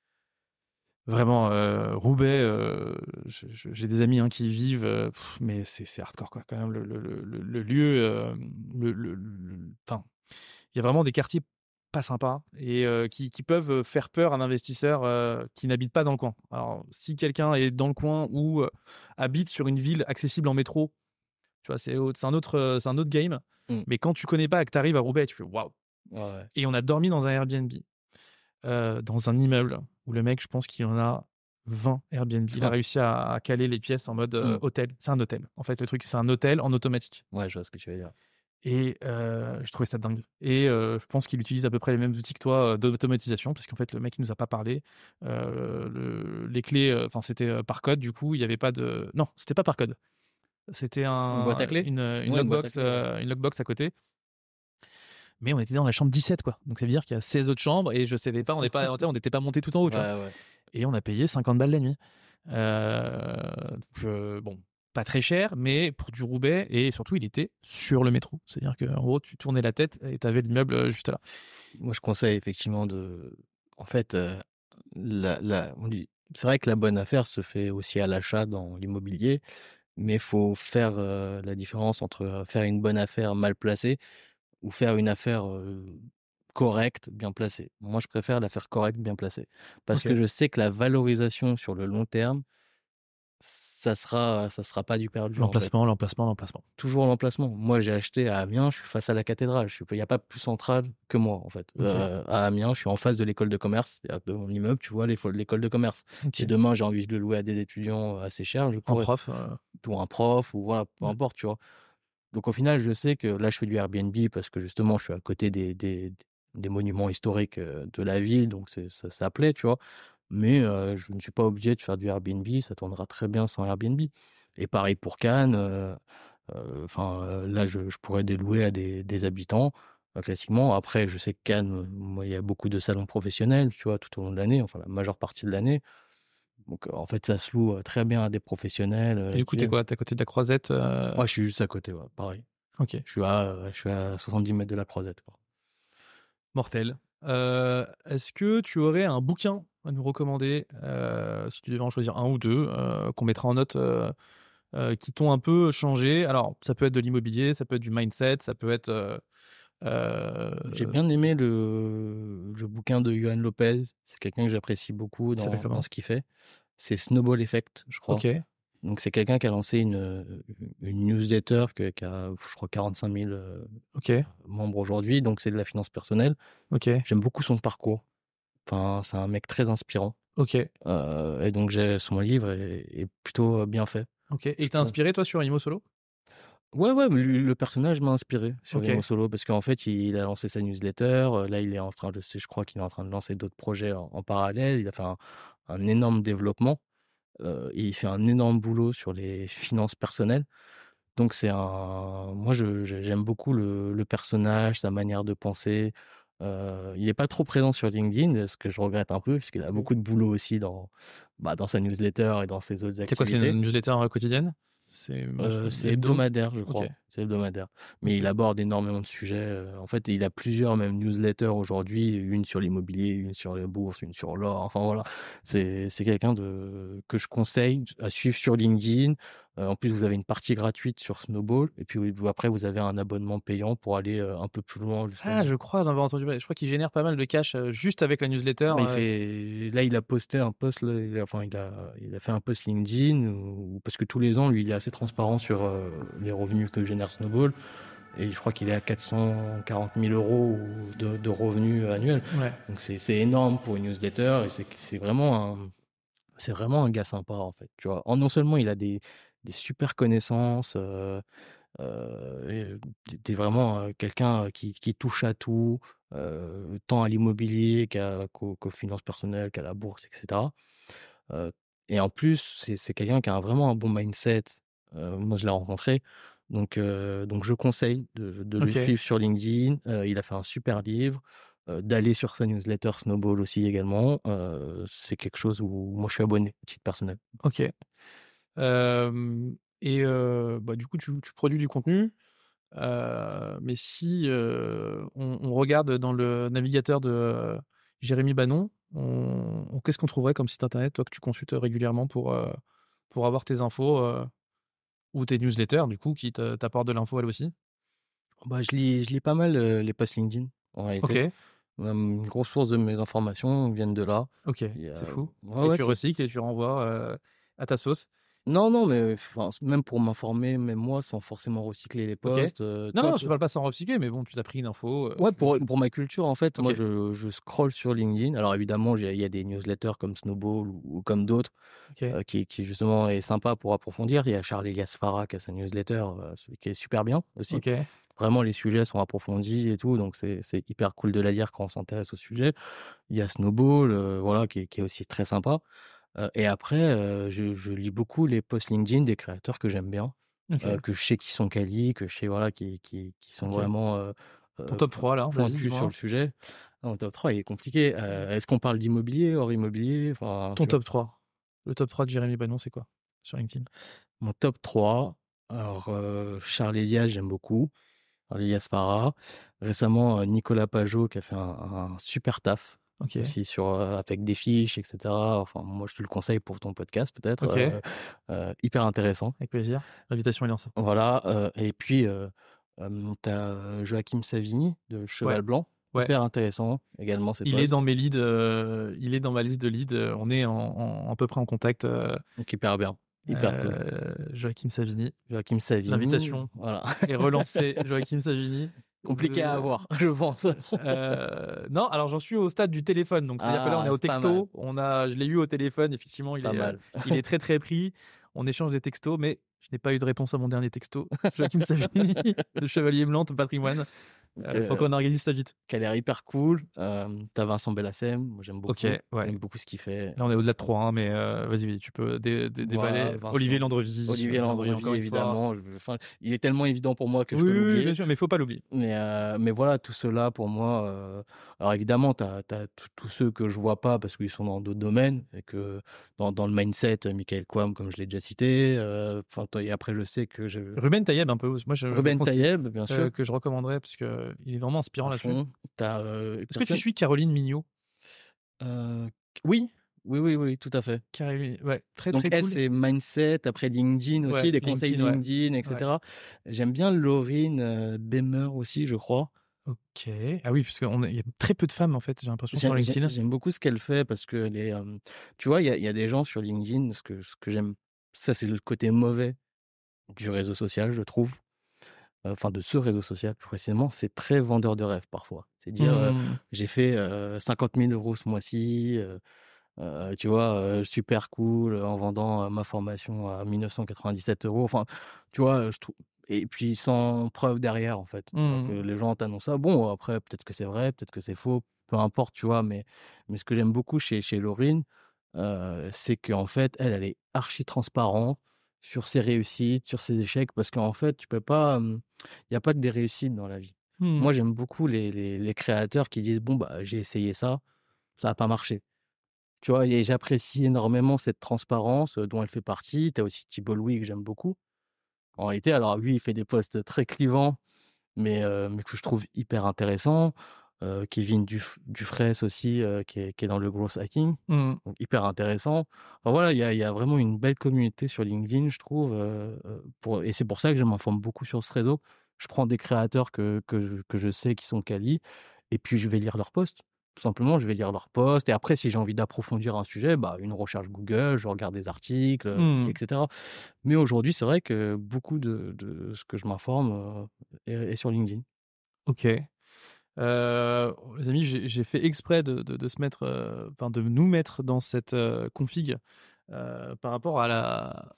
vraiment, euh, Roubaix, euh, je- je- j'ai des amis hein, qui y vivent, euh, pff, mais c'est c'est hardcore, quoi, quand même. Le, le, le, le- le lieu, euh, le, le, le- enfin, il y a vraiment des quartiers pas sympas et euh, qui, qui peuvent faire peur à un investisseur euh, qui n'habite pas dans le coin. Alors, si quelqu'un est dans le coin ou euh, habite sur une ville accessible en métro, tu vois, c'est autre- c'est un autre, euh, c'est un autre game. mmh, Mais quand tu connais pas et que tu arrives à Roubaix, tu fais waouh. ouais, ouais. Et on a dormi dans un Airbnb, euh, dans un immeuble où le mec, je pense qu'il en a vingt Airbnb. Il a réussi à, à caler les pièces en mode euh, Mmh. hôtel. C'est un hôtel. En fait, le truc, c'est un hôtel en automatique. Ouais, je vois ce que tu veux dire. Et euh, je trouvais ça dingue. Et euh, je pense qu'il utilise à peu près les mêmes outils que toi euh, d'automatisation, parce qu'en fait, le mec, il nous a pas parlé. Euh, le- les clés, enfin, c'était euh, par code, du coup, il n'y avait pas de. Non, c'était pas par code. C'était Une boîte à un, clés? une, une Ouais, une boîte à lockbox, clés, ouais. euh, une lockbox à côté. Mais on était dans la chambre dix-sept, quoi. Donc ça veut dire qu'il y a seize autres chambres et je savais pas, on n'est pas, on n'était pas monté tout en haut, tu vois. Ouais, ouais. Et on a payé cinquante balles la nuit. Euh, donc, euh, bon, pas très cher, mais pour du Roubaix, et surtout, il était sur le métro. C'est-à-dire qu'en gros, tu tournais la tête et tu avais l'immeuble euh, juste là. Moi, je conseille effectivement de en fait, heu, la la on dit c'est vrai que la bonne affaire se fait aussi à l'achat dans l'immobilier, mais il faut faire, heu, la différence entre, heu, faire une bonne affaire mal placée ou faire une affaire, heu, correcte, bien placée. Moi, je préfère la faire correcte, bien placée. Parce que Ok. je sais que la valorisation sur le long terme, ça sera ça sera pas du perdu, en fait. L'emplacement, l'emplacement, l'emplacement. Toujours l'emplacement. Moi, j'ai acheté à Amiens, je suis face à la cathédrale. Je suis il y a pas plus central que moi, en fait. Ok. Heu, à Amiens, je suis en face de l'école de commerce. C'est-à-dire que de mon immeuble, tu vois l'éfol l'école de commerce. Ok. Si demain j'ai envie de le louer à des étudiants, heu, assez cher, je En pourrais. prof. euh, Pour un prof ou voilà, peu ouais. importe, tu vois? Donc au final, je sais que là, je fais du Airbnb parce que justement, je suis à côté des des des monuments historiques, heu, de la ville, donc c'est ça ça plaît, tu vois? Mais heu, je ne suis pas obligé de faire du Airbnb, ça tournera très bien sans Airbnb. Et pareil pour Cannes, heu heu, enfin, heu, là, je je pourrais délouer à des des habitants, heu, classiquement. Après, je sais que Cannes, heu, moi, il y a beaucoup de salons professionnels, tu vois? Tout au long de l'année, enfin la majeure partie de l'année. Donc heu, en fait, ça se loue, heu, très bien à des professionnels, Et heu, du coup, qui t'es viennent. quoi? T'es à côté de la Croisette euh, Moi, je suis juste à côté, ouais, pareil. Ok. Je suis à, heu, je suis à soixante-dix mètres de la Croisette, quoi. Mortel. Euh, Est-ce que tu aurais un bouquin à nous recommander, euh, si tu devais en choisir un ou deux, euh, qu'on mettra en note, euh, euh, qui t'ont un peu changé? Alors, ça peut être de l'immobilier, ça peut être du mindset, ça peut être. euh, euh, J'ai bien aimé le le bouquin de Johan Lopez. C'est quelqu'un que j'apprécie beaucoup il s'appelle dans dans comment? ce qu'il fait. C'est Snowball Effect, je crois. Ok, Donc c'est quelqu'un qui a lancé une, heu, une newsletter que qui a, je crois quarante-cinq mille, heu, ok, membres aujourd'hui, donc c'est de la finance personnelle. ok, J'aime beaucoup son parcours. Enfin, c'est un mec très inspirant, ok, heu et donc j'ai son livre est est plutôt, heu, bien fait, ok. Et je t'as trouve. inspiré, toi, sur Imo Solo? Ouais, ouais, mais lui le personnage m'a inspiré sur Ok, Imo Solo parce qu'en fait, il a lancé sa newsletter, heu, là, il est en train je sais je crois qu'il est en train de lancer d'autres projets en en parallèle. Il a fait un un énorme développement, heu et il fait un énorme boulot sur les finances personnelles. Donc c'est un moi je je j'aime beaucoup le le personnage, sa manière de penser. Heu, il est pas trop présent sur LinkedIn, ce que je regrette un peu, puisqu'il a Mmh. beaucoup de boulot aussi dans, bah, dans sa newsletter et dans ses autres C'est quoi, c'est activités. une newsletter euh, quotidienne? C'est Heu, mensuel, c'est hebdo? hebdomadaire, je OK, crois. C'est hebdomadaire. Mais il OK. aborde énormément de sujets, heu, en fait, il a plusieurs même newsletters aujourd'hui, une sur l'immobilier, une sur la bourse, une sur l'or, enfin voilà. C'est c'est quelqu'un de que je conseille à suivre sur LinkedIn. Heu, en plus, vous avez une partie gratuite sur Snowball et puis oui, vous après vous avez un abonnement payant pour aller, heu, un peu plus loin Ah, justement. je crois en avoir entendu parler. Je crois qu'il génère pas mal de cash, heu, juste avec la newsletter, Bah, il heu fait là, il a posté un post là, il a enfin il a il a fait un post LinkedIn où parce que tous les ans, lui, il est assez transparent sur, heu, les revenus que génère Snowball. Et je crois qu'il est à quatre cent quarante mille euros de, de revenus annuels. ouais. Donc c'est c'est énorme pour une newsletter et c'est c'est vraiment un c'est vraiment un gars sympa en fait. Tu vois, en, non seulement il a des des super connaissances, euh, euh, et t'es vraiment euh, quelqu'un qui, qui touche à tout, euh, tant à l'immobilier qu'à, qu'aux, qu'aux finances personnelles, qu'à la bourse, et cetera. Euh, et en plus, c'est c'est quelqu'un qui a vraiment un bon mindset. Euh, moi, je l'ai rencontré. Donc, euh, donc, je conseille de, de le OK, suivre sur LinkedIn. Euh, il a fait un super livre. Euh, d'aller sur sa newsletter Snowball aussi également. Euh, c'est quelque chose où moi, je suis abonné, à titre personnel. OK. Hem et heu, bah, du coup, tu tu produis du contenu, heu, mais si, heu, on on regarde dans le navigateur de, heu, Jérémy Banon, on on qu'est-ce qu'on trouverait comme site internet, toi, que tu consultes régulièrement pour, heu, pour avoir tes infos, heu, ou tes newsletters, du coup, qui te t'apportent de l'info, elles aussi? Bah, je lis, je lis pas mal euh, les posts LinkedIn, en réalité. OK, Même une grosse source de mes informations viennent de là. OK, Il y c'est a... fou Ouais, et ouais, tu c'est recycles et tu renvoies, heu, à ta sauce? non, non, mais enfin, même pour m'informer, même moi, sans forcément recycler les OK. posts, heu, tu Non, vois? non, je te Peu parle pas sans recycler, mais bon, tu t'as pris une info, heu, ouais, je pour je pour ma culture, en fait, moi, OK, je je scrolle sur LinkedIn. Alors évidemment, j'ai il y a des newsletters comme Snowball ou ou comme d'autres, OK, heu, qui qui justement est sympa pour approfondir. Il y a Charles Elias Farah qui a sa newsletter, heu, celui qui est super bien aussi. OK, Vraiment, les sujets sont approfondis et tout, donc c'est c'est hyper cool de la lire quand on s'intéresse au sujet. Il y a Snowball, heu, voilà, qui est qui est aussi très sympa, heu et après, heu, je je lis beaucoup les posts LinkedIn des créateurs que j'aime bien, heu, OK, que je sais qui sont quali, que je sais, voilà, qui qui qui sont OK. vraiment, heu Ton heu, top po trois là, vas-y, pointus sur le dis-moi. sujet. Ah, mon top trois il est compliqué, heu, est-ce qu'on parle d'immobilier, hors immobilier? Enfin, Ton tu vois? top trois. Le top trois de Jérémy Banon, c'est quoi? Sur LinkedIn? Mon top trois, alors, heu, Charles Elias, j'aime beaucoup, Charles Elias Farah. Récemment, heu, Nicolas Pajot qui a fait un un super taf OK, aussi sur, heu, avec des fiches et cetera. Enfin, moi, je te le conseille pour ton podcast peut-être, OK, heu heu, hyper intéressant. avec plaisir. L'invitation est lancée. Voilà, heu et puis, heu, hem, tu as Joachim Savigny de Ouais, Cheval Blanc, ouais. hyper intéressant également ses Il est posts, dans mes leads, heu, il est dans ma liste de leads, heu, on est en en à peu près en contact, heu donc hyper bien, hyper cool. heu, Joachim Savigny. Joachim Savigny, L'invitation voilà, est relancée, Joachim Savigny. compliqué à Vous avoir, je pense. heu, non, alors j'en suis au stade du téléphone, donc c'est-à-dire que là, on est Ah, au c'est pas mal, texto, on a je l'ai eu au téléphone, effectivement, il pas est, heu, mal. il est très, très pris. On échange des textos, mais je n'ai pas eu de réponse à mon dernier texto. Joachim Savigny de Chevalier Blanc Patrimoine. Donc, Heu, faut heu, qu'on organise ça vite. qui a l'air hyper cool. Hem, tu as Vincent Bellassem, moi j'aime OK, beaucoup, ouais. j'aime beaucoup ce qu'il fait. Là, on est au-delà de trois, hein, mais heu, vas-y, vas-y, tu peux dé dé Voilà, déballer. Olivier Vincent, Landrevis, Olivier heu, j'en ris Landrevi encore une fois. évidemment, je enfin, il est tellement évident pour moi que je Oui, peux oui, oui, bien l'oublier. sûr, mais faut pas l'oublier. Mais, heu, mais voilà, tout cela pour moi, heu, alors évidemment, tu as tous ceux que je vois pas parce qu'ils sont dans d'autres domaines et que dans dans le mindset, heu, Michael Quam, comme je l'ai déjà cité, heu, enfin, toi et après je sais que je Ruben Tayeb un peu aussi. Moi, je je le Ruben consi Tayeb, bien sûr, heu, que je recommanderais parce qu'il est vraiment inspirant à là-dessus. fond. Tu as, heu, Est-ce que tu personne suis Caroline Mignot? heu, oui, oui, oui, oui, tout à fait. Caroline, ouais, très, Donc très elle, cool. c'est mindset, après LinkedIn aussi, Ouais, des conseils LinkedIn, ouais. LinkedIn et Ouais. cetera. J'aime bien Laurine, heu, Bemer aussi, je crois. OK. Ah oui, parce qu'on est il y a très peu de femmes, en fait, j'ai l'impression, sur J'ai j'ai LinkedIn. j'aime beaucoup ce qu'elle fait parce qu'elle est, hem, tu vois, il y a il y a des gens sur LinkedIn, ce que ce que j'aime, ça c'est le côté mauvais du réseau social, je trouve, heu, enfin de ce réseau social plus précisément, c'est très vendeur de rêve parfois. C'est dire, heu: Mmh. «J'ai fait, heu, cinquante mille euros ce mois-ci, heu heu, tu vois, heu, super cool, en vendant, heu, ma formation à mille neuf cent quatre-vingt-dix-sept euros». Enfin, tu vois, je trouve et puis sans preuve derrière en fait. Donc Mmh. heu, les gens t'annoncent ça. Bon après peut-être que c'est vrai, peut-être que c'est faux, peu importe, tu vois? Mais mais ce que j'aime beaucoup chez chez Laurine, heu, c'est qu'en fait elle, elle est archi transparente. sur ses réussites, sur ses échecs, parce qu'en fait, tu peux pas, il n'y a pas que des réussites dans la vie. Mmh. Moi, j'aime beaucoup les, les, les créateurs qui disent, bon, bah, j'ai essayé ça, ça n'a pas marché. Tu vois, et j'apprécie énormément cette transparence euh, dont elle fait partie. Tu as aussi Thibault Louis que j'aime beaucoup. En réalité, alors lui, il fait des posts très clivants, mais, euh, mais que je trouve hyper intéressants. Euh, Kevin Duf- Dufresne aussi, euh, qui, est, qui est dans le growth hacking, Mmh. donc hyper intéressant. Enfin, voilà, il y a, il y a vraiment une belle communauté sur LinkedIn, je trouve, euh, euh, pour, et c'est pour ça que je m'informe beaucoup sur ce réseau. Je prends des créateurs que, que, je, que je sais qui sont quali, et puis je vais lire leurs posts. Tout simplement, je vais lire leurs posts, et après, si j'ai envie d'approfondir un sujet, bah, une recherche Google, je regarde des articles, Mmh. et cetera. Mais aujourd'hui, c'est vrai que beaucoup de, de ce que je m'informe euh, est, est sur LinkedIn. Ok. Euh, les amis, j'ai j'ai fait exprès de, de, de se mettre, euh, enfin de nous mettre dans cette euh, config euh, par rapport à la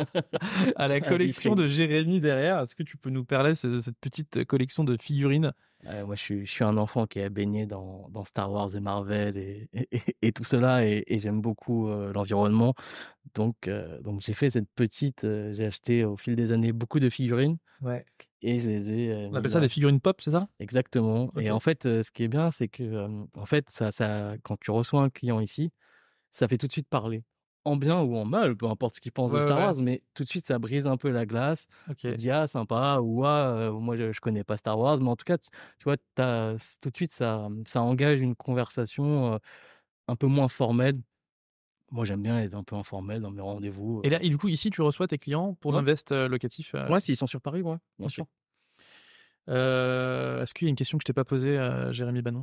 à la collection de Jérémy derrière. Est-ce que tu peux nous parler de cette petite collection de figurines? Euh, moi, je suis, je suis un enfant qui a baigné dans, dans Star Wars et Marvel et, et, et- et tout cela, et, et j'aime beaucoup euh, l'environnement. Donc, euh, donc j'ai fait cette petite. euh, j'ai acheté au fil des années beaucoup de figurines Ouais. et je les ai euh, On appelle mises ça à- des figurines pop, c'est ça? Exactement. Ok. Et en fait, euh, ce qui est bien, c'est que euh, en fait, ça, ça, quand tu reçois un client ici, ça fait tout de suite parler. En bien ou en mal, peu importe ce qu'il pense de Ouais, ouais, Star ouais. Wars, mais tout de suite, ça brise un peu la glace. Ok. Il dit, ah, sympa, ou ah, euh, moi, je, je connais pas Star Wars, mais en tout cas, tu, tu vois, t'as, tout de suite, ça, ça engage une conversation euh, un peu moins formelle. Moi, j'aime bien être un peu informel dans mes rendez-vous. Et là, et du coup, ici, tu reçois tes clients pour Ouais, l'invest euh, locatif. euh, ouais, s'ils sont sur Paris, ouais, bien ok. sûr. Euh, Est-ce qu'il y a une question que je t'ai pas posée, euh, Jérémy Banon?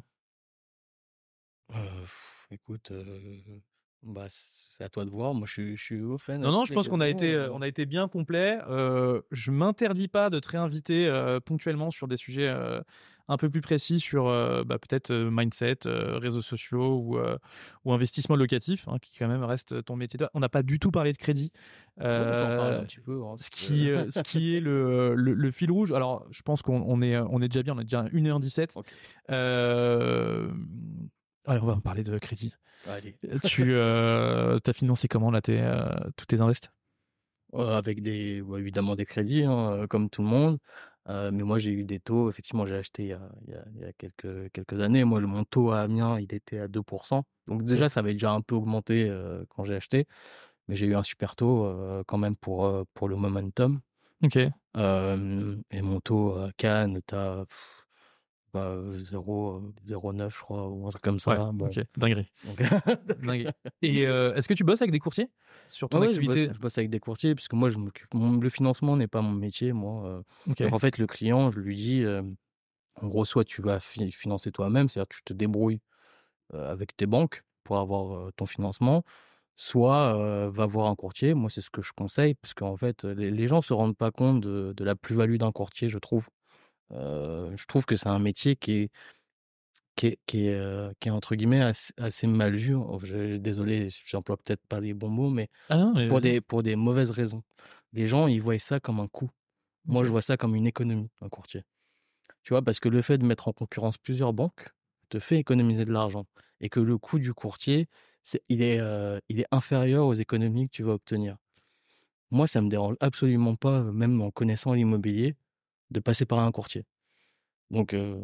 Euh, pff, écoute, euh, bah, c'est à toi de voir. Moi, je, suis- je suis open à Non, non, toutes je les pense qu'on a questions. été, euh, euh. on a été bien complet. Euh, je m'interdis pas de te réinviter euh, ponctuellement sur des sujets euh, un peu plus précis sur euh, bah, peut-être euh, mindset, euh, réseaux sociaux ou, euh, ou investissement locatif, hein, qui quand même reste ton métier. On n'a pas du tout parlé de crédit. Ouais, on peut en parler Euh, un petit peu, hein, ce si tu qui, veux. euh, ce qui est le, le, le fil rouge. Alors, je pense qu'on on est, on est déjà bien, on est déjà à une heure dix-sept. Ok. Euh... Allez, on va en parler de crédit. Allez. Tu euh, as financé comment là, tes, euh, tous tes invests? Euh, avec des, ouais, évidemment des crédits, hein, euh, comme tout le monde. Euh, mais moi, j'ai eu des taux. Effectivement, j'ai acheté il y a, il y a- il y a quelques, quelques années. Moi, mon taux à Amiens, il était à deux pour cent. Donc déjà, ça avait déjà un peu augmenté euh, quand j'ai acheté. Mais j'ai eu un super taux euh, quand même pour, euh, pour le momentum. Ok. Euh, et mon taux à Cannes, t'as pff, bah, zéro virgule neuf, je crois, ou un truc comme Ouais, ça. Bon. ok. Dinguerie. Donc, Dinguerie. Et euh, est-ce que tu bosses avec des courtiers sur ton ouais, ouais, je bosse, activité? je bosse avec des courtiers, puisque moi, je m'occupe. mon- Le financement n'est pas mon métier, moi. euh. Ok. Donc, en fait, le client, je lui dis, euh, en gros, soit tu vas fi- financer toi-même, c'est-à-dire que tu te débrouilles euh, avec tes banques pour avoir euh, ton financement, soit euh, va voir un courtier. Moi, c'est ce que je conseille, parce qu'en fait, les, les gens se rendent pas compte de, de la plus-value d'un courtier, je trouve. Euh, je trouve que c'est un métier qui est, qui est, qui est, euh, qui est entre guillemets assez, assez mal vu. Oh, je- désolé, j'emploie peut-être pas les bons mots, mais Ah non, mais pour vas-y. des, pour des mauvaises raisons. Les gens, ils voient ça comme un coût. Moi, Ok. je vois ça comme une économie, un courtier. Tu vois, parce que le fait de mettre en concurrence plusieurs banques te fait économiser de l'argent. Et que le coût du courtier, c'est, il est, euh, il est inférieur aux économies que tu vas obtenir. Moi, ça me dérange absolument pas, même en connaissant l'immobilier, de passer par un courtier. Donc, euh,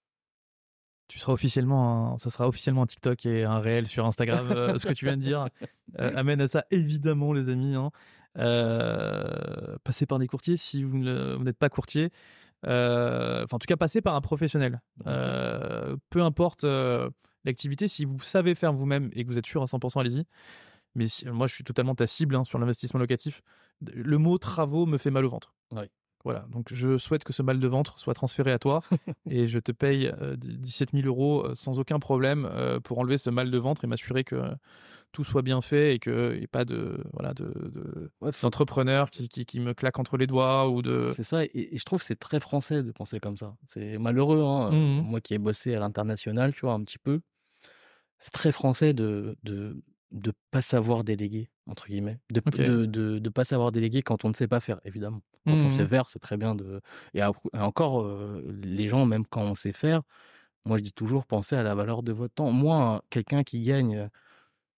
Tu seras officiellement, un- ça sera officiellement un TikTok et un réel sur Instagram. euh, ce que tu viens de dire euh, amène à ça, évidemment, les amis. Hein. Euh, passez par des courtiers si vous ne- vous n'êtes pas courtier. Euh, Enfin, en tout cas, passez par un professionnel. Euh, peu importe euh, l'activité, si vous savez faire vous-même et que vous êtes sûr à cent pour cent, allez-y. Mais si- moi, je suis totalement ta cible hein, sur l'investissement locatif. Le mot travaux me fait mal au ventre. ouais. Voilà, donc je souhaite que ce mal de ventre soit transféré à toi et je te paye euh, dix-sept mille euros euh, sans aucun problème euh, pour enlever ce mal de ventre et m'assurer que euh, tout soit bien fait et qu'il n'y ait pas de voilà de, de- Ouais, faut- d'entrepreneur qui, qui, qui me claque entre les doigts ou de. c'est ça, et, et je trouve que c'est très français de penser comme ça. C'est malheureux, hein. Mhm. Moi qui ai bossé à l'international, tu vois, un petit peu, c'est très français de de de pas savoir déléguer entre guillemets, de Ok. de de, de pas savoir déléguer quand on ne sait pas faire, évidemment. Quand on sait Mhm. faire, c'est très bien de et, après- et encore euh, les gens même quand on sait faire, moi je dis toujours pensez à la valeur de votre temps. Moi, quelqu'un qui gagne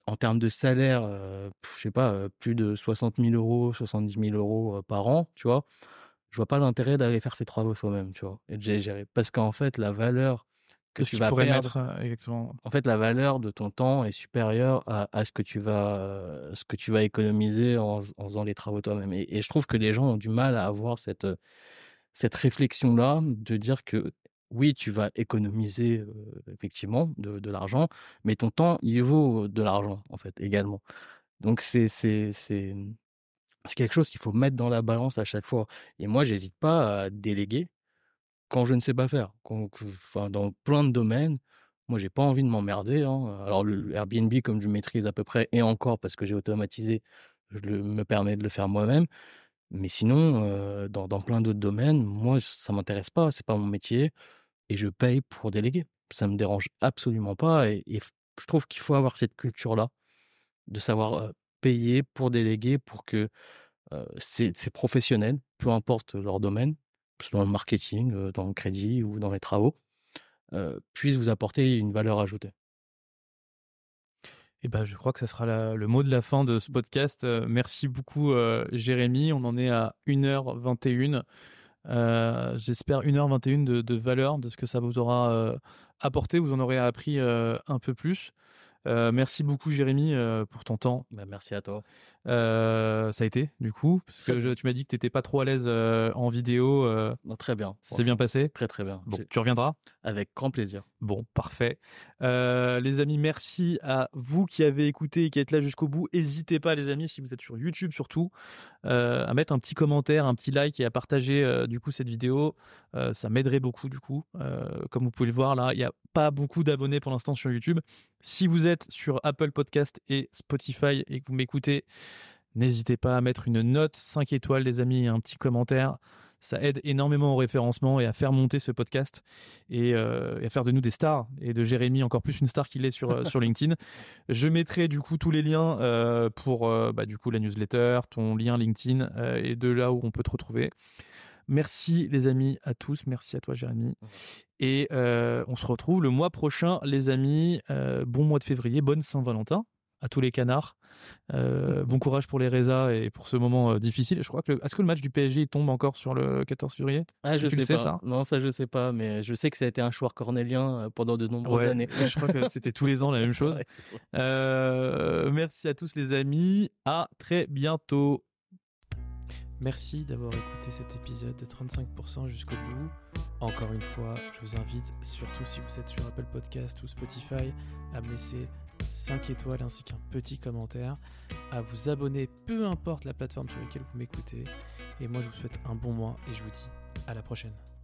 en termes de salaire, euh, pff, je sais pas, euh, plus de soixante mille euros, soixante-dix mille euros euh, par an, tu vois, je vois pas l'intérêt d'aller faire ses travaux soi-même, tu vois, et de les gérer. Parce qu'en fait, la valeur que De ce tu qu'il vas pourrait perdre, mettre, euh, exactement. en fait, la valeur de ton temps est supérieure à, à ce que tu vas, euh, ce que tu vas économiser en, en faisant les travaux toi-même. Et, et je trouve que les gens ont du mal à avoir cette, euh, cette réflexion-là, de dire que oui, tu vas économiser euh, effectivement de, de l'argent, mais ton temps, il vaut de l'argent, en fait, également. Donc, c'est, c'est, c'est, c'est quelque chose qu'il faut mettre dans la balance à chaque fois. Et moi, j'hésite pas à déléguer quand je ne sais pas faire. Quand- que- enfin, dans plein de domaines, moi, j'ai pas envie de m'emmerder, hein. Alors, le Airbnb, comme je maîtrise à peu près, et encore parce que j'ai automatisé, je le, me permet de le faire moi-même. Mais sinon, euh, dans, dans plein d'autres domaines, moi, ça m'intéresse pas, c'est pas mon métier, et je paye pour déléguer. Ça me dérange absolument pas, et, et f- je trouve qu'il faut avoir cette culture-là, de savoir euh, payer pour déléguer, pour que euh, ces, ces professionnels, peu importe leur domaine, que ce soit dans le marketing, euh, dans le crédit ou dans les travaux, euh, puissent vous apporter une valeur ajoutée. Et ben, je crois que ça sera la- le mot de la fin de ce podcast. Euh, merci beaucoup, euh, Jérémy. On en est à une heure vingt et une. Euh, j'espère une heure vingt et une de, de valeur, de ce que ça vous aura euh, apporté. Vous en aurez appris euh, un peu plus. Euh, merci beaucoup, Jérémy, euh, pour ton temps. Bah, merci à toi. Euh, ça a été, du coup, parce Très que je- bien. tu m'as dit que tu n'étais pas trop à l'aise euh, en vidéo. euh, Non, très bien. ça s'est bien Franchement. passé? Très très bien. Bon, J'ai- tu reviendras? Avec grand plaisir. Bon, parfait. Euh, les amis, merci à vous qui avez écouté et qui êtes là jusqu'au bout. N'hésitez pas, les amis, si vous êtes sur YouTube surtout, euh, à mettre un petit commentaire, un petit like et à partager euh, du coup cette vidéo. Euh, ça m'aiderait beaucoup du coup. Euh, comme vous pouvez le voir là, il n'y a pas beaucoup d'abonnés pour l'instant sur YouTube. Si vous êtes sur Apple Podcast et Spotify et que vous m'écoutez, n'hésitez pas à mettre une note cinq étoiles, les amis, et un petit commentaire. Ça aide énormément au référencement et à faire monter ce podcast et, euh, et à faire de nous des stars et de Jérémy encore plus une star qu'il est sur, euh, sur LinkedIn. Je mettrai du coup tous les liens euh, pour euh, bah, du coup la newsletter, ton lien LinkedIn euh, et de là où on peut te retrouver. Merci les amis à tous, merci à toi Jérémy. Et euh, on se retrouve le mois prochain les amis. Euh, bon mois de février, bonne Saint-Valentin à tous les canards. Euh, bon courage pour les Résas et pour ce moment euh, difficile. Je crois que le... est-ce que le match du P S G il tombe encore sur le quatorze février? Ah, Est-ce je que tu le sais sais, pas. ça Non, ça je sais pas, mais je sais que ça a été un choix cornélien euh, pendant de nombreuses Ouais, années. je crois que c'était tous les ans la même chose. Ouais, c'est ça. Euh, merci à tous les amis. À très bientôt. Merci d'avoir écouté cet épisode de trente-cinq pour cent jusqu'au bout. Encore une fois, je vous invite, surtout si vous êtes sur Apple Podcast ou Spotify, à me laisser cinq étoiles ainsi qu'un petit commentaire, à vous abonner, peu importe la plateforme sur laquelle vous m'écoutez. Et moi, je vous souhaite un bon mois et je vous dis à la prochaine.